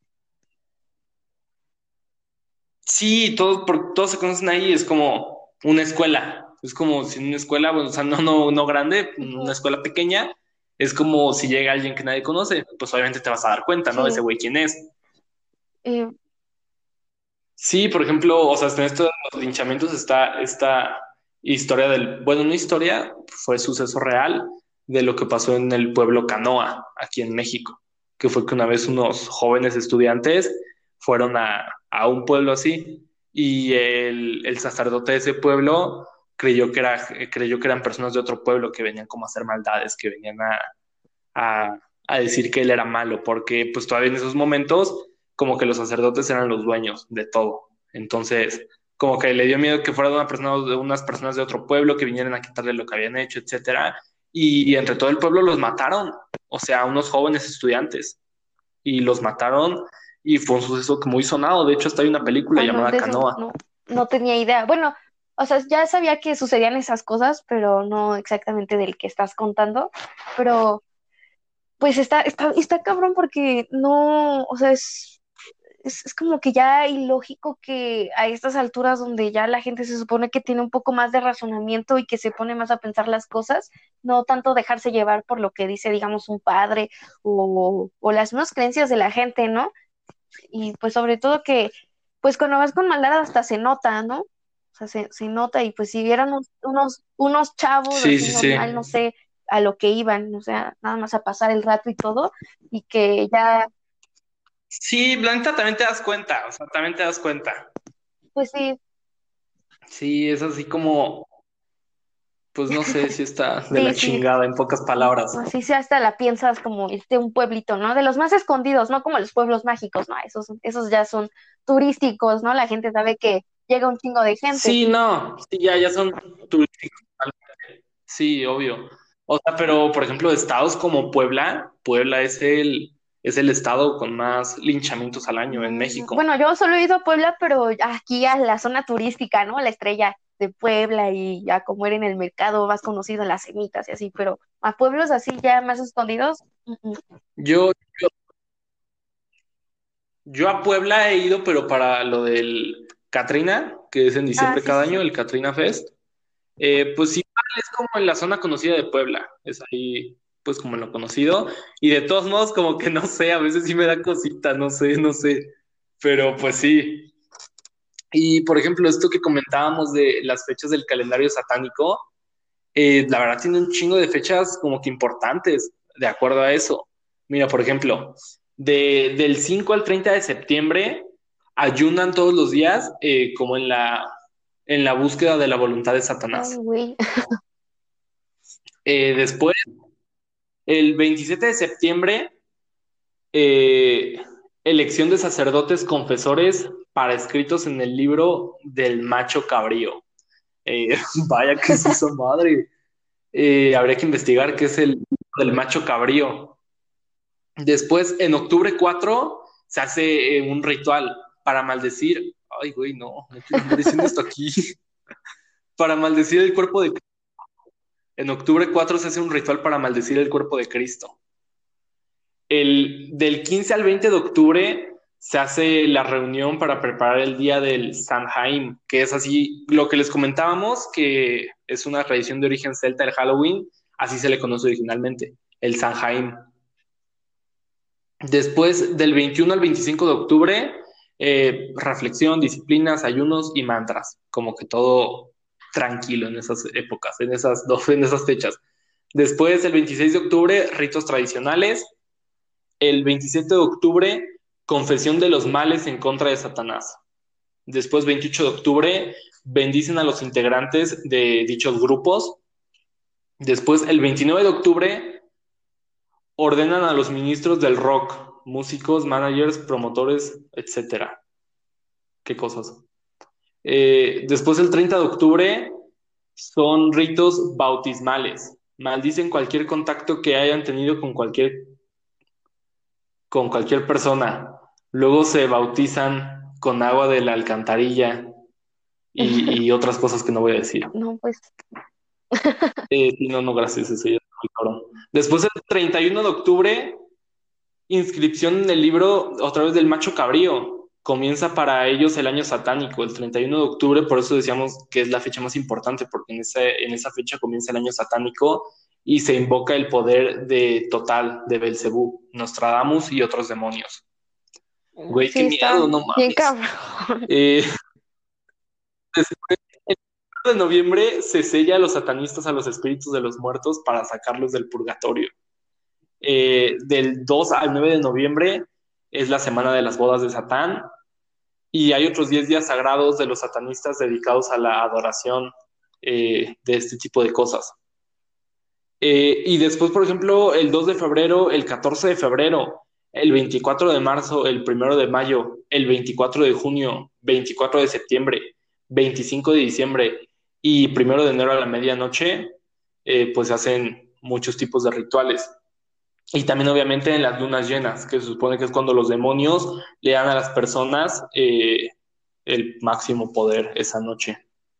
Sí, todos, por, todos se conocen ahí, es como una escuela. Es como si en una escuela, bueno, o sea, no, no, no grande, una Ujú. escuela pequeña, es como si llega alguien que nadie conoce, pues obviamente te vas a dar cuenta, ¿no? Ese Sí, güey quién es. eh, Sí, por ejemplo, o sea, hasta en esto de los linchamientos está esta historia del, bueno, una historia, fue suceso real de lo que pasó en el pueblo Canoa, aquí en México, que fue que una vez unos jóvenes estudiantes fueron a, a un pueblo así y el, el sacerdote de ese pueblo creyó que era, creyó que eran personas de otro pueblo que venían como a hacer maldades, que venían a, a, a decir que él era malo, porque pues todavía en esos momentos como que los sacerdotes eran los dueños de todo. Entonces, como que le dio miedo que fuera de, una persona, de unas personas de otro pueblo que vinieran a quitarle lo que habían hecho, etcétera. Y, y entre todo el pueblo los mataron, o sea, unos jóvenes estudiantes. y los mataron y fue un suceso que muy sonado. De hecho, hasta hay una película Ah, no, llamada de eso Canoa. no, no tenía idea. Bueno, o sea, ya sabía que sucedían esas cosas, pero no exactamente del que estás contando. Pero pues está, está, está cabrón porque no, o sea, es, es, es como que ya ilógico que a estas alturas donde ya la gente se supone que tiene un poco más de razonamiento y que se pone más a pensar las cosas, no tanto dejarse llevar por lo que dice, digamos, un padre o, o las mismas creencias de la gente, ¿no? Y pues sobre todo que, pues cuando vas con maldad hasta se nota, ¿no? O sea, se, se nota y pues si vieran unos, unos, unos chavos Sí, así sí, sí. normal, no sé, a lo que iban, o sea, nada más a pasar el rato y todo, y que ya, Sí, Blanca, también te das cuenta, o sea, también te das cuenta. pues sí, Sí, es así como, pues no sé si está de sí, la sí, chingada en pocas palabras. así sí hasta la piensas como este un pueblito, ¿no? De los más escondidos, no como los pueblos mágicos, ¿no? Esos, esos ya son turísticos, ¿no? La gente sabe que llega un chingo de gente. Sí, no, sí, ya, ya son turísticos. Sí, obvio. O sea, pero por ejemplo, estados como Puebla, Puebla es el, es el estado con más linchamientos al año en Mm, México. Bueno, yo solo he ido a Puebla, pero aquí a la zona turística, ¿no? La estrella de Puebla y ya como era en el mercado más conocido en las semitas y así, pero a pueblos así ya más escondidos. mm, mm. Yo, yo, yo a Puebla he ido, pero para lo del Catrina, que es en Ah, diciembre sí, cada sí, año, sí. el Catrina Fest. Eh, pues sí, es como en la zona conocida de Puebla, es ahí, pues como en lo conocido, y de todos modos, como que no sé, a veces sí me da cosita, no sé, no sé, pero pues sí. Y por ejemplo, esto que comentábamos de las fechas del calendario satánico, eh, la verdad tiene un chingo de fechas como que importantes, de acuerdo a eso. Mira, por ejemplo, de, del cinco al treinta de septiembre ayunan todos los días eh, como en la, en la búsqueda de la voluntad de Ay, Satanás. güey. Eh, después, el veintisiete de septiembre, eh, elección de sacerdotes confesores para escritos en el libro del macho cabrío. Eh, vaya que es esa madre. Eh, habría que investigar qué es el libro del macho cabrío. Después, en octubre cuatro, se hace eh, un ritual para maldecir. Ay, güey, no, no quiero andar diciendo esto aquí. Para maldecir el cuerpo de Cristo. En octubre cuatro se hace un ritual para maldecir el cuerpo de Cristo. El, del quince al veinte de octubre se hace la reunión para preparar el día del Samhain, que es así lo que les comentábamos, que es una tradición de origen celta del Halloween, así se le conoce originalmente, el Samhain. Después del veintiuno al veinticinco de octubre, eh, reflexión, disciplinas, ayunos y mantras, como que todo tranquilo en esas épocas, en esas, dos, en esas fechas. Después, el veintiséis de octubre, ritos tradicionales. El veintisiete de octubre, confesión de los males en contra de Satanás. Después, veintiocho de octubre, bendicen a los integrantes de dichos grupos. Después, el veintinueve de octubre, ordenan a los ministros del rock, músicos, managers, promotores, etcétera. ¿Qué cosas? Eh, después, el treinta de octubre, son ritos bautismales. Maldicen cualquier contacto que hayan tenido con cualquier con cualquier persona. Luego se bautizan con agua de la alcantarilla y, y otras cosas que no voy a decir. No, pues, Eh, no, no, gracias, eso ya es muy cabrón. Después, el treinta y uno de octubre, inscripción en el libro otra vez del macho cabrío. Comienza para ellos el año satánico, el treinta y uno de octubre, por eso decíamos que es la fecha más importante, porque en, ese, en esa fecha comienza el año satánico y se invoca el poder de total de Belcebú, Nostradamus y otros demonios. Güey, qué sí, está miedo, no bien mames. cabrón. Eh, después, el primero de noviembre se sella a los satanistas, a los espíritus de los muertos para sacarlos del purgatorio. Eh, del dos al nueve de noviembre es la semana de las bodas de Satán y hay otros diez días sagrados de los satanistas dedicados a la adoración eh, de este tipo de cosas. Eh, y después, por ejemplo, el dos de febrero, el catorce de febrero, el veinticuatro de marzo, el primero de mayo, el veinticuatro de junio, veinticuatro de septiembre, veinticinco de diciembre y primero de enero a la medianoche, eh, pues se hacen muchos tipos de rituales. Y también obviamente en las lunas llenas, que se supone que es cuando los demonios le dan a las personas eh, el máximo poder esa noche.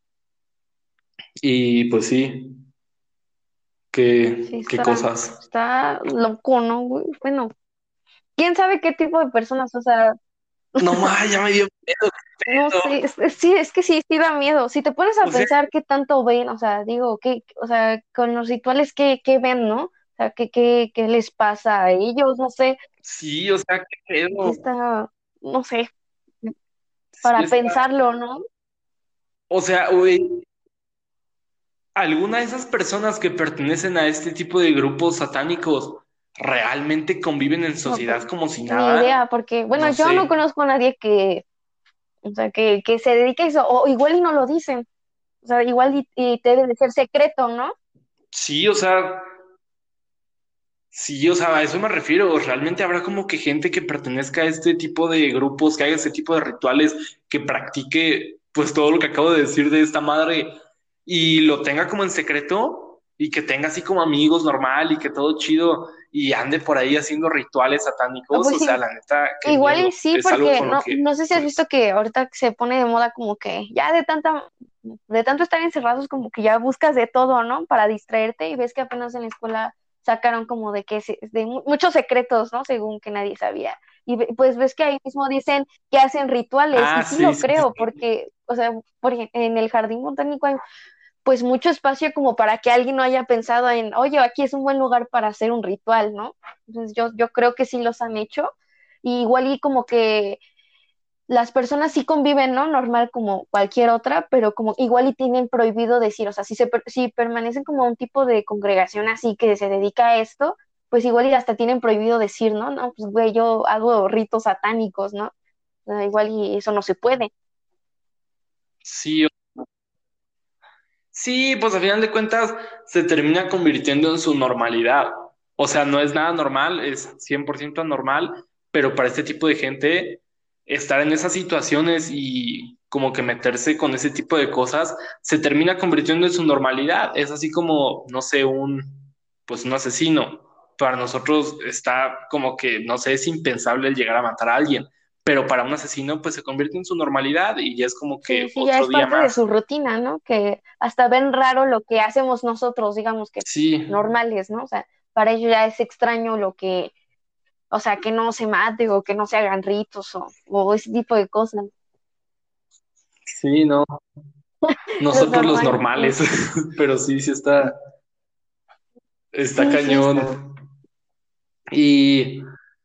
Y pues sí, Sí, qué, qué está, cosas. está loco, ¿no, güey? Bueno, quién sabe qué tipo de personas, o sea, No más, ya me dio miedo. no sé, es- es- sí, es que sí, sí da miedo. Si te pones a O sea, pensar qué tanto ven, o sea, digo, qué, o sea, con los rituales, ¿qué, qué ven, no? O sea, ¿qué, qué, qué les pasa a ellos? No sé, sí, o sea, qué sí pedo. está, no sé, Sí para está. pensarlo, ¿no? O sea, güey, ¿alguna de esas personas que pertenecen a este tipo de grupos satánicos realmente conviven en No, pues, sociedad como si ni nada? idea, porque, bueno, No yo no sé. conozco a nadie que, o sea, que, que se dedique a eso, o igual y no lo dicen, o sea, igual y, y debe de ser secreto, ¿no? Sí, o sea, sí, o sea, a eso me refiero. Realmente habrá como que gente que pertenezca a este tipo de grupos, que haga este tipo de rituales, que practique pues todo lo que acabo de decir de esta madre y lo tenga como en secreto y que tenga así como amigos normal y que todo chido y ande por ahí haciendo rituales Ah, satánicos. pues O sí, sea, la neta, qué igual y miedo. sí, Es algo porque con lo no, que, no sé si has visto pues, que ahorita se pone de moda como que ya de tanta, de tanto estar encerrados, como que ya buscas de todo, ¿no? Para distraerte y ves que apenas en la escuela sacaron como de que se- de mu- muchos secretos, ¿no? Según que nadie sabía. Y ve- pues ves que ahí mismo dicen que hacen rituales y ah, sí sí, lo sí, sí, creo, sí. porque, o sea, por ej- en el jardín botánico hay pues mucho espacio como para que alguien no haya pensado en, oye, aquí es un buen lugar para hacer un ritual, ¿no? Entonces yo, yo creo que sí los han hecho. Y igual y como que las personas sí conviven, ¿no? Normal como cualquier otra, pero como igual y tienen prohibido decir, o sea, si, se, per- si permanecen como un tipo de congregación así que se dedica a esto, pues igual y hasta tienen prohibido decir, ¿no? No, pues güey, yo hago ritos satánicos, ¿no? O sea, igual y eso no se puede. Sí, sí, pues a final de cuentas se termina convirtiendo en su normalidad. O sea, no es nada normal, es cien por ciento anormal, pero para este tipo de gente, estar en esas situaciones y como que meterse con ese tipo de cosas, se termina convirtiendo en su normalidad. Es así como, no sé, un, pues un asesino. Para nosotros está como que, no sé, es impensable el llegar a matar a alguien, pero para un asesino, pues se convierte en su normalidad y ya es como que Sí, sí, ya otro es día parte de más. su rutina, ¿no? Que hasta ven raro lo que hacemos nosotros, digamos que Sí. normales, ¿no? O sea, para ellos ya es extraño lo que, o sea, que no se mate o que no se hagan ritos o, o ese tipo de cosas. Sí, no, Los nosotros los normales, sí. normales, pero sí, sí está, está Sí, sí, está. cañón. Y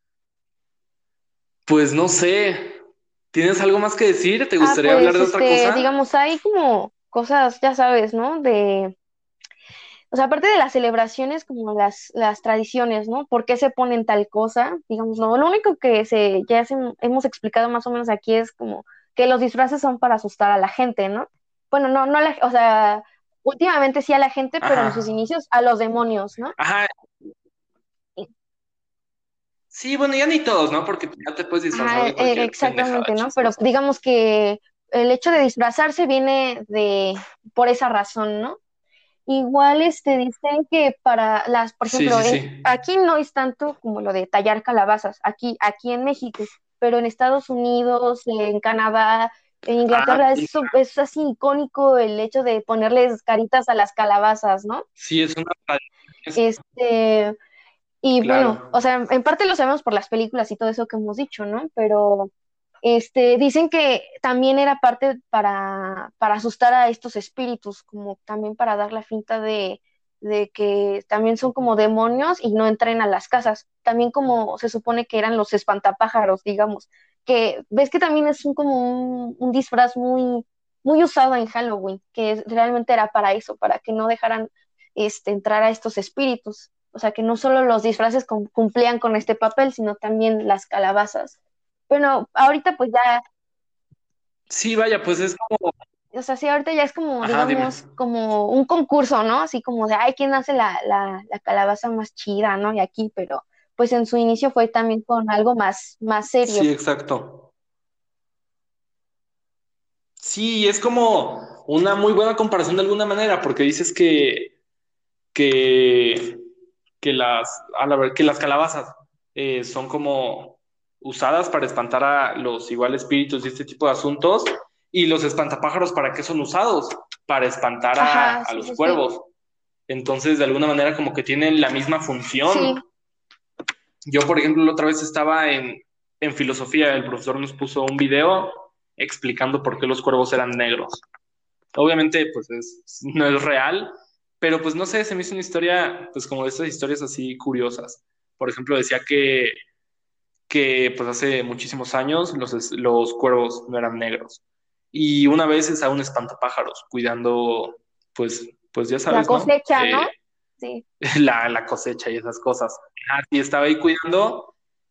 pues no sé, ¿tienes algo más que decir? ¿Te Ah, gustaría hablar pues, de otra este, cosa? digamos, hay como cosas, ya sabes, ¿no? De, o sea, aparte de las celebraciones, como las, las tradiciones, ¿no? ¿Por qué se ponen tal cosa? Digamos, no, lo único que se, ya se- hemos explicado más o menos aquí es como que los disfraces son para asustar a la gente, ¿no? Bueno, no, no, a la, o sea, últimamente sí a la gente, pero en sus Ajá, inicios a los demonios, ¿no? ajá, Y- sí, bueno, ya ni todos, ¿no? Porque ya te puedes disfrazar Ajá, de e- cualquier pendejada exactamente, ¿no? Pero chistosa. digamos que el hecho de disfrazarse viene de, por esa razón, ¿no? Igual este, dicen que para las, por Sí, ejemplo, sí, en, sí. aquí no es tanto como lo de tallar calabazas, aquí, aquí en México, pero en Estados Unidos, en Canadá, en Ah, Inglaterra, es, sí, su- es así icónico el hecho de ponerles caritas a las calabazas, ¿no? sí, es una tradición, Este, y bueno, o claro. sea, en parte lo sabemos por las películas y todo eso que hemos dicho, ¿no? Pero este, dicen que también era parte para, para asustar a estos espíritus, como también para dar la finta de, de que también son como demonios y no entren a las casas. También como se supone que eran los espantapájaros, digamos, que ves que también es un, como un, un disfraz muy, muy usado en Halloween, que es- realmente era para eso, para que no dejaran este, entrar a estos espíritus. O sea, que no solo los disfraces cum- cumplían con este papel, sino también las calabazas. Bueno, ahorita pues ya, Sí, vaya, pues es como, o sea, sí, ahorita ya es como, ajá, dime. digamos, como un concurso, ¿no? Así como de, ay, ¿quién hace la, la, la calabaza más chida, ¿no? Y aquí, pero pues en su inicio fue también con algo más, más serio. Sí, exacto. Sí, es como una muy buena comparación de alguna manera, porque dices que, que, que las, a la ver- que las calabazas eh, son como usadas para espantar a los igual espíritus y este tipo de asuntos, y los espantapájaros, ¿para qué son usados? Para espantar a, Ajá, a sí, los sí, sí. cuervos. Entonces, de alguna manera, como que tienen la misma función. Sí, Yo, por ejemplo, la otra vez estaba en, en filosofía, el profesor nos puso un video explicando por qué los cuervos eran negros. Obviamente, pues es, no es real, pero pues no sé, se me hizo una historia, pues como de estas historias así curiosas. Por ejemplo, decía que, que pues hace muchísimos años los, es- los cuervos no eran negros. Y una vez es a un espantapájaros cuidando, pues, pues ya la sabes, ¿no? cosecha, Eh, ¿no? Sí. la, la cosecha y esas cosas. Y estaba ahí cuidando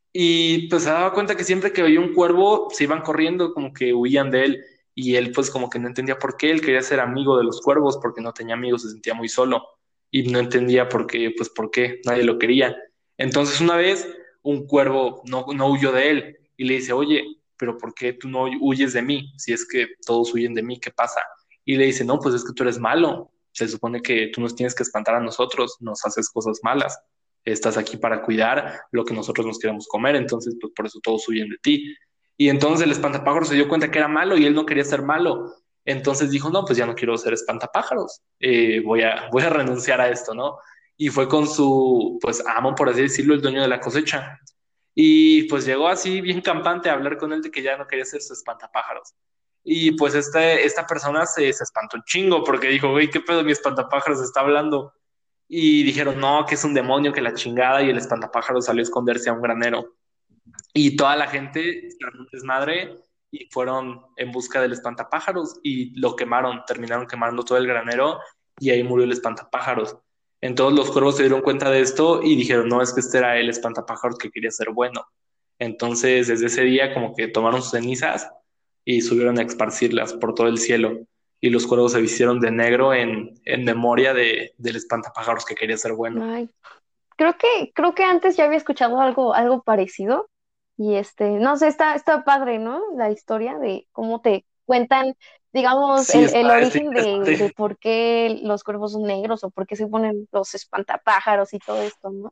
y pues se daba cuenta que siempre que veía un cuervo se iban corriendo, como que huían de él. Y él pues como que no entendía por qué, él quería ser amigo de los cuervos porque no tenía amigos, se sentía muy solo y no entendía por qué, pues por qué nadie lo quería. Entonces una vez un cuervo no, no huyó de él y le dice, oye, pero ¿por qué tú no huyes de mí? Si es que todos huyen de mí, ¿qué pasa? Y le dice, no, pues es que tú eres malo, se supone que tú nos tienes que espantar a nosotros, nos haces cosas malas, estás aquí para cuidar lo que nosotros nos queremos comer, entonces pues por eso todos huyen de ti. Y entonces el espantapájaros se dio cuenta que era malo y él no quería ser malo. Entonces dijo, no, pues ya no quiero ser espantapájaros, eh, voy, a, voy a renunciar a esto, ¿no? Y fue con su, pues amo, por así decirlo, el dueño de la cosecha. Y pues llegó así bien campante a hablar con él de que ya no quería ser su espantapájaros. Y pues este, esta persona se, se espantó un chingo porque dijo, güey, ¿qué pedo? Mi espantapájaros está hablando. Y dijeron, no, que es un demonio, que la chingada. Y el espantapájaros salió a esconderse a un granero. Y toda la gente se armó un desmadre y fueron en busca del espantapájaros y lo quemaron, terminaron quemando todo el granero y ahí murió el espantapájaros. Entonces los cuervos se dieron cuenta de esto y dijeron, no, es que este era el espantapájaros que quería ser bueno. Entonces desde ese día como que tomaron sus cenizas y subieron a esparcirlas por todo el cielo. Y los cuervos se vistieron de negro en, en memoria de, del espantapájaros que quería ser bueno. Ay, creo que, creo que antes ya había escuchado algo, algo parecido. Y este, no sé, está, está padre, ¿no? La historia de cómo te cuentan, digamos, Sí, el, está, el está origen de, de interesante. por qué los cuervos son negros o por qué se ponen los espantapájaros y todo esto, ¿no?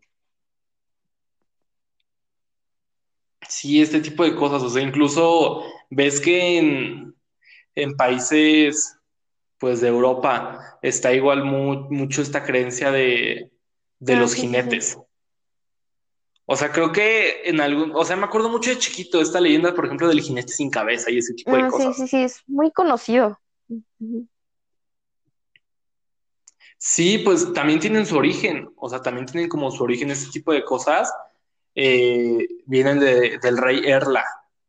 Sí, este tipo de cosas, o sea, incluso ves que en, en países, pues, de Europa está igual mu- mucho esta creencia de, de Ah, los sí, sí, sí. jinetes. O sea, creo que en algún, o sea, me acuerdo mucho de chiquito esta leyenda, por ejemplo, del jinete sin cabeza y ese tipo de Ah, sí, sí, cosas. sí, es muy conocido. Ujú. Sí, pues también tienen su origen, o sea, también tienen como su origen ese tipo de cosas, eh, vienen de- del rey Erla.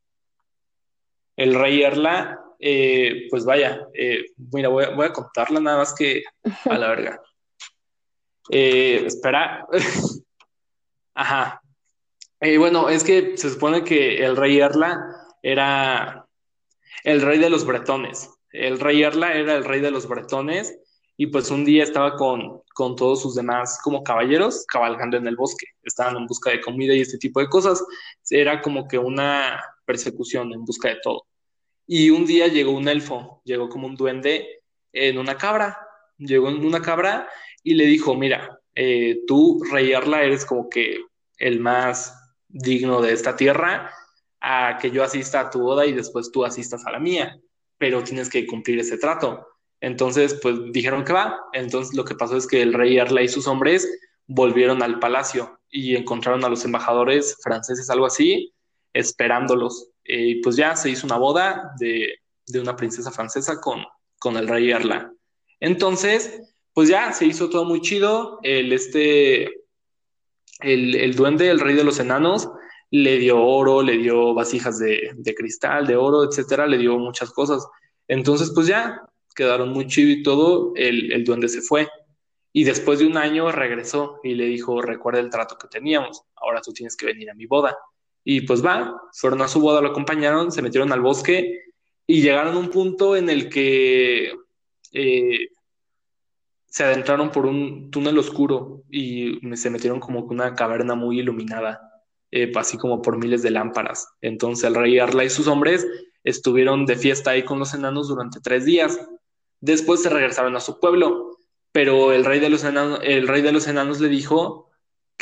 El rey Erla, eh, pues vaya, eh, mira, voy a, voy a contarla nada más que a la verga. Eh, espera, ajá. Eh, bueno, es que se supone que el rey Erla era el rey de los bretones. El rey Erla era el rey de los bretones y pues un día estaba con, con todos sus demás como caballeros cabalgando en el bosque. Estaban en busca de comida y este tipo de cosas. Era como que una persecución en busca de todo. Y un día llegó un elfo, llegó como un duende en una cabra, llegó en una cabra y le dijo, mira, eh, tú, Rey Arla, eres como que el más digno de esta tierra, a que yo asista a tu boda y después tú asistas a la mía, pero tienes que cumplir ese trato. Entonces, pues dijeron que va. Entonces lo que pasó es que el Rey Arla y sus hombres volvieron al palacio y encontraron a los embajadores franceses, algo así, esperándolos. Eh, y pues ya se hizo una boda de, de una princesa francesa con, con el rey Erla. Entonces, pues ya se hizo todo muy chido. El, este, el, el duende, el rey de los enanos, le dio oro, le dio vasijas de, de cristal, de oro, etcétera, le dio muchas cosas. Entonces, pues ya quedaron muy chido y todo. El, el duende se fue. Y después de un año regresó y le dijo, recuerda el trato que teníamos, ahora tú tienes que venir a mi boda. Y pues va, fueron a su boda, lo acompañaron, se metieron al bosque y llegaron a un punto en el que eh, se adentraron por un túnel oscuro y se metieron como que una caverna muy iluminada, eh, así como por miles de lámparas. Entonces el rey Arla y sus hombres estuvieron de fiesta ahí con los enanos durante tres días. Después se regresaron a su pueblo, pero el rey de los enanos, el rey de los enanos le dijo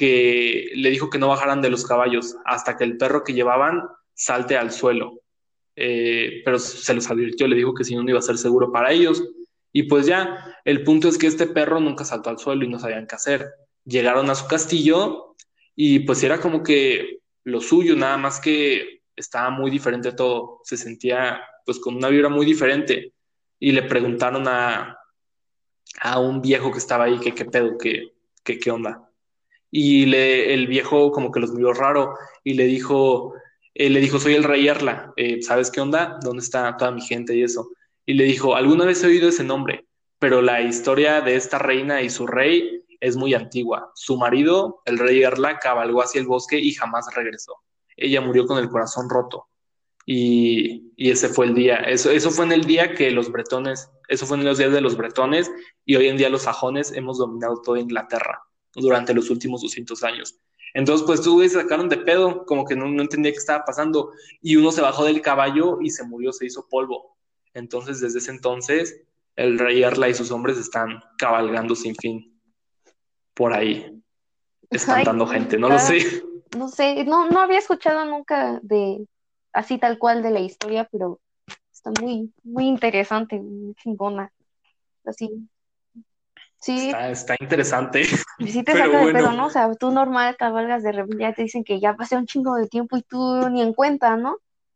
que le dijo que no bajaran de los caballos hasta que el perro que llevaban salte al suelo. Eh, pero se los advirtió, le dijo que si no, no iba a ser seguro para ellos. Y pues ya, el punto es que este perro nunca saltó al suelo y no sabían qué hacer. Llegaron a su castillo y pues era como que lo suyo, nada más que estaba muy diferente todo. Se sentía pues con una vibra muy diferente. Y le preguntaron a, a un viejo que estaba ahí que qué pedo, que, que qué onda. Y le, el viejo como que los miró raro y le dijo, eh, le dijo, soy el rey Erla, eh, ¿sabes qué onda? ¿Dónde está toda mi gente y eso? Y le dijo, alguna vez he oído ese nombre, pero la historia de esta reina y su rey es muy antigua. Su marido, el rey Erla, cabalgó hacia el bosque y jamás regresó. Ella murió con el corazón roto. Y, y ese fue el día, eso, eso fue en el día que los bretones, eso fue en los días de los bretones, y hoy en día los sajones hemos dominado toda Inglaterra durante los últimos doscientos años. Entonces, pues tú, güey, se sacaron de pedo, como que no, no entendía qué estaba pasando, y uno se bajó del caballo y se murió, se hizo polvo. Entonces, desde ese entonces, el rey Erla y sus hombres están cabalgando sin fin por ahí, Ay, espantando gente, no lo está, sé. no sé, no, no había escuchado nunca de así tal cual de la historia, pero está muy, muy interesante, muy chingona. Así, sí, Está, está interesante, sí te pero saca de pedo, bueno. ¿no? O sea, tú normal cabalgas de repente ya te dicen que ya pasé un chingo de tiempo y tú ni en cuenta, ¿no?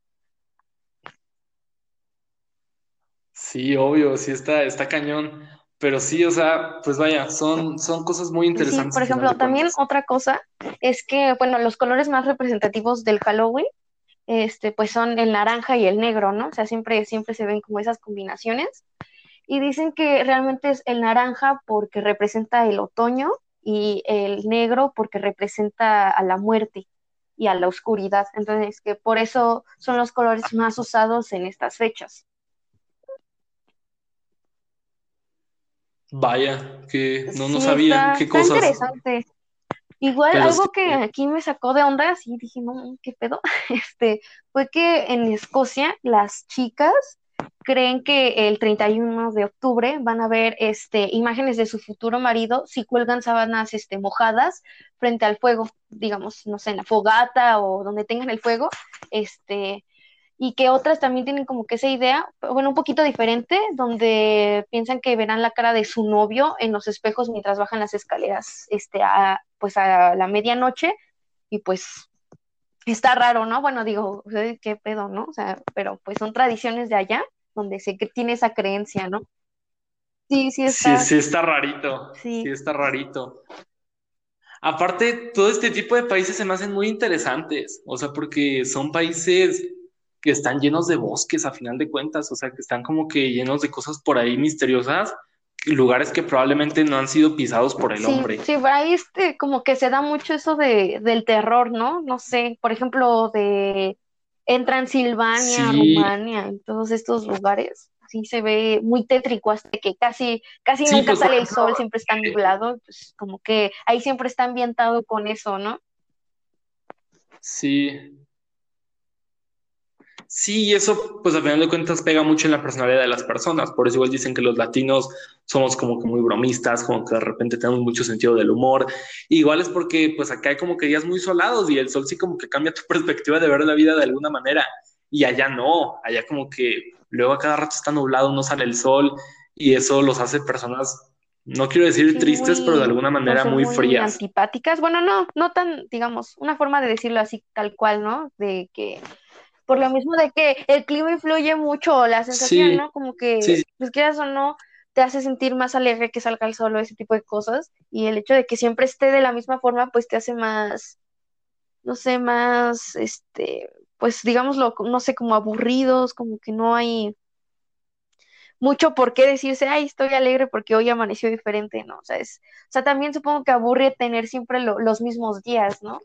Sí, obvio, sí está, está cañón. Pero sí, o sea, pues vaya, son, son cosas muy Sí, sí, interesantes por a final ejemplo, de también cuentas. otra cosa es que, bueno, los colores más representativos del Halloween, este, pues son el naranja y el negro, ¿no? O sea, siempre, siempre se ven como esas combinaciones. Y dicen que realmente es el naranja porque representa el otoño y el negro porque representa a la muerte y a la oscuridad. Entonces, que por eso son los colores más usados en estas fechas. Vaya, que no, no Sí, sabía está, qué está cosas, interesante. Igual, pero sí, algo que aquí me sacó de onda, así dije, no, qué pedo, este, fue que en Escocia las chicas creen que el treinta y uno de octubre van a ver, este, imágenes de su futuro marido si cuelgan sábanas, este, mojadas frente al fuego, digamos, no sé, en la fogata o donde tengan el fuego, este, y que otras también tienen como que esa idea, bueno, un poquito diferente, donde piensan que verán la cara de su novio en los espejos mientras bajan las escaleras, este, a, pues a la medianoche, y pues está raro, ¿no? Bueno, digo, qué pedo, ¿no? O sea, pero pues son tradiciones de allá, donde se cre- tiene esa creencia, ¿no? Sí, sí sí, está, sí está rarito, sí sí, está rarito. Aparte, todo este tipo de países se me hacen muy interesantes, o sea, porque son países que están llenos de bosques a final de cuentas, o sea, que están como que llenos de cosas por ahí misteriosas, lugares que probablemente no han sido pisados por el sí, hombre. sí, por ahí este, como que se da mucho eso de, del terror, ¿no? No sé, por ejemplo, de en Transilvania, Sí, Rumania, en todos estos lugares, sí se ve muy tétrico, hasta que casi, casi sí, nunca pues por sale el ejemplo, sol, siempre está eh, nublado, pues como que ahí siempre está ambientado con eso, ¿no? sí, sí, y eso, pues al final de cuentas pega mucho en la personalidad de las personas. Por eso igual dicen que los latinos somos como que muy bromistas, como que de repente tenemos mucho sentido del humor. Igual es porque pues acá hay como que días muy solados y el sol sí como que cambia tu perspectiva de ver la vida de alguna manera. Y allá no, allá como que luego a cada rato está nublado, no sale el sol y eso los hace personas, no quiero decir Sí, tristes, pero de muy, alguna no manera sé, muy muy frías. antipáticas. Bueno, no, no tan, digamos, una forma de decirlo así tal cual, ¿no? De que por lo mismo de que el clima influye mucho la sensación, Sí, ¿no? Como sí, que, sí. pues quieras o no, te hace sentir más alegre que salga el sol o ese tipo de cosas. Y el hecho de que siempre esté de la misma forma, pues te hace más, no sé, más, este, pues digámoslo, no sé, como aburridos, como que no hay mucho por qué decirse, ay, estoy alegre porque hoy amaneció diferente, ¿no? O sea, es, o sea, también supongo que aburre tener siempre lo- los mismos días, ¿no?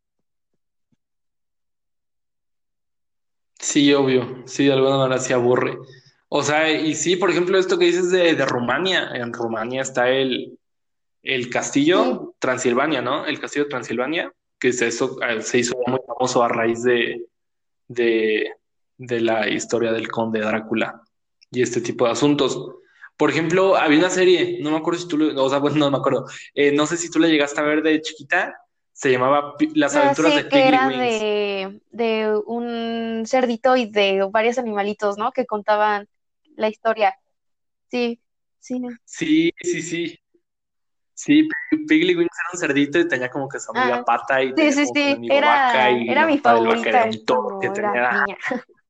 Sí, obvio, sí, de alguna manera se aburre. O sea, y sí, por ejemplo, esto que dices de, de Rumania, en Rumania está el, el Sí, castillo Transilvania, ¿no? El castillo de Transilvania, que se hizo, eh, se hizo muy famoso a raíz de, de, de la historia del conde Drácula y este tipo de asuntos. Por ejemplo, había una serie, no me acuerdo si tú, lo- o sea, bueno, no me acuerdo, eh, no sé si tú la llegaste a ver de chiquita, Se llamaba Pi- Las Ah, aventuras de sí, que Piggly era Wings. de, de un cerdito y de varios animalitos, ¿no? Que contaban la historia. Sí, sí. Sí, sí, sí. Sí, Pi- Piggly Wings era un cerdito y tenía como que su amiga Ah, Pata y sí, tenía sí, como que un sí. amigo Vaca Era, y era la mi mamá del Vaca era favorita un toro que cuando era tenía. niña.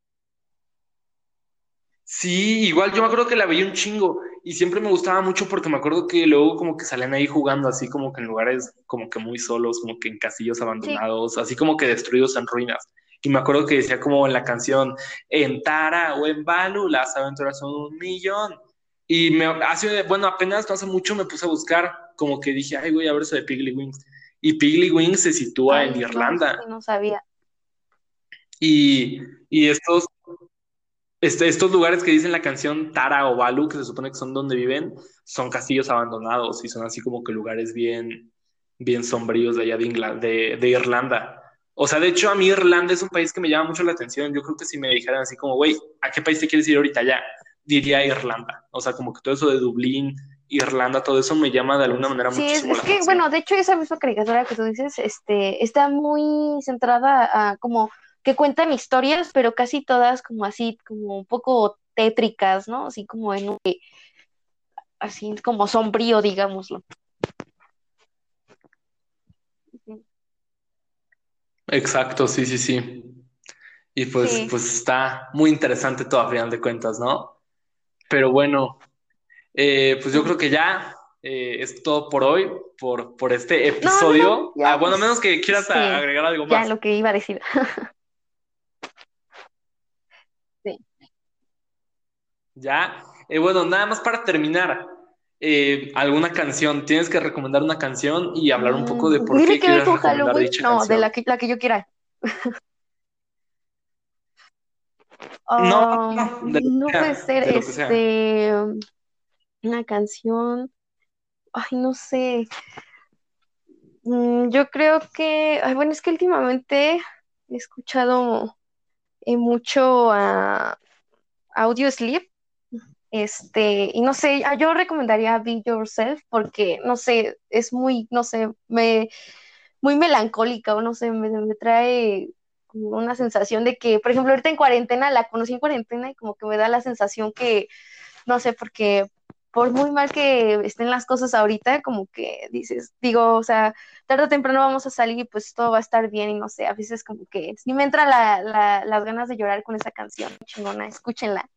Sí, igual yo me acuerdo que la veía un chingo y siempre me gustaba mucho porque me acuerdo que luego como que salían ahí jugando así como que en lugares como que muy solos, como que en castillos Sí, abandonados, así como que destruidos en ruinas. Y me acuerdo que decía como en la canción, en Tara o en Balu, las aventuras son un millón. Y me hace, bueno, apenas no hace mucho me puse a buscar, como que dije, ay, voy a ver eso de Piggly Wings. Y Piggly Wings se sitúa en ay, no, eso Irlanda. sí no sabía. Y, y estos este, estos lugares que dicen la canción Tara o Balu, que se supone que son donde viven, son castillos abandonados y son así como que lugares bien, bien sombríos de allá de, Ingla- de, de Irlanda. O sea, de hecho, a mí Irlanda es un país que me llama mucho la atención. Yo creo que si me dijeran así como, güey, ¿a qué país te quieres ir ahorita ya? Diría Irlanda. O sea, como que todo eso de Dublín, Irlanda, todo eso me llama de alguna manera Sí, es, muchísimo es la que, atención. bueno, de hecho esa misma caricatura que tú dices, este, está muy centrada a como que cuentan historias, pero casi todas como así, como un poco tétricas, ¿no? Así como en un, así como sombrío, digámoslo. Ujú. Exacto, sí, sí, sí. Y pues, Sí. pues está muy interesante todo a final de cuentas, ¿no? Pero bueno. Eh, pues yo Mm. creo que ya eh, es todo por hoy, por, por este No, no, no, episodio. Ah, ya bueno, a menos pues, que quieras a- este, agregar algo ya más. lo que iba a decir. Sí. Ya. Eh, bueno, nada más para terminar. Eh, alguna canción. Tienes que recomendar una canción y hablar un poco de Mm, por ¿tiene qué que ver quieres con recomendar Halloween? dicha No, de canción. la que, la que yo quiera. No, Um, no, de lo que no puede sea, ser, de lo que sea. este, una canción. Ay, no sé. Mm, yo creo que, ay, bueno, es que últimamente he escuchado eh, mucho a Audio Sleep, este, y no sé, ah, yo recomendaría Be Yourself porque, no sé, es muy, no sé, me, muy melancólica o no sé, me, me trae como una sensación de que, por ejemplo, ahorita en cuarentena, la conocí en cuarentena y como que me da la sensación que no sé, porque por muy mal que estén las cosas ahorita, como que dices, digo, o sea, tarde o temprano vamos a salir y pues todo va a estar bien y no sé, a veces como que sí me entra la, la- las ganas de llorar con esa canción, chingona, escúchenla.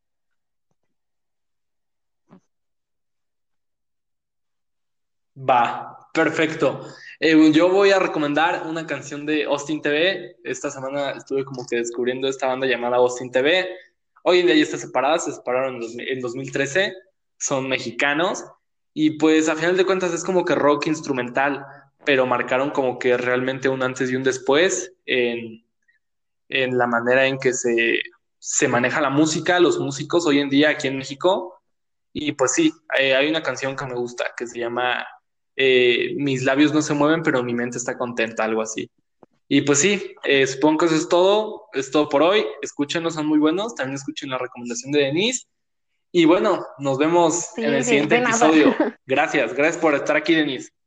Va, perfecto. Eh, yo voy a recomendar una canción de Austin T V. Esta semana estuve como que descubriendo esta banda llamada Austin T V. Hoy en día ya está separada, se separaron en, dos mil en dos mil trece. Son mexicanos y pues a final de cuentas es como que rock instrumental, pero marcaron como que realmente un antes y un después en, en la manera en que se, se maneja la música, los músicos hoy en día aquí en México. Y pues sí, eh, hay una canción que me gusta que se llama eh, Mis labios no se mueven, pero mi mente está contenta, algo así. Y pues sí, eh, supongo que eso es todo, es todo por hoy. Escúchenos, son muy buenos. También escuchen la recomendación de Denise. Y bueno, nos vemos en Sí, el de, siguiente de nada. episodio. Gracias, gracias por estar aquí, Denise.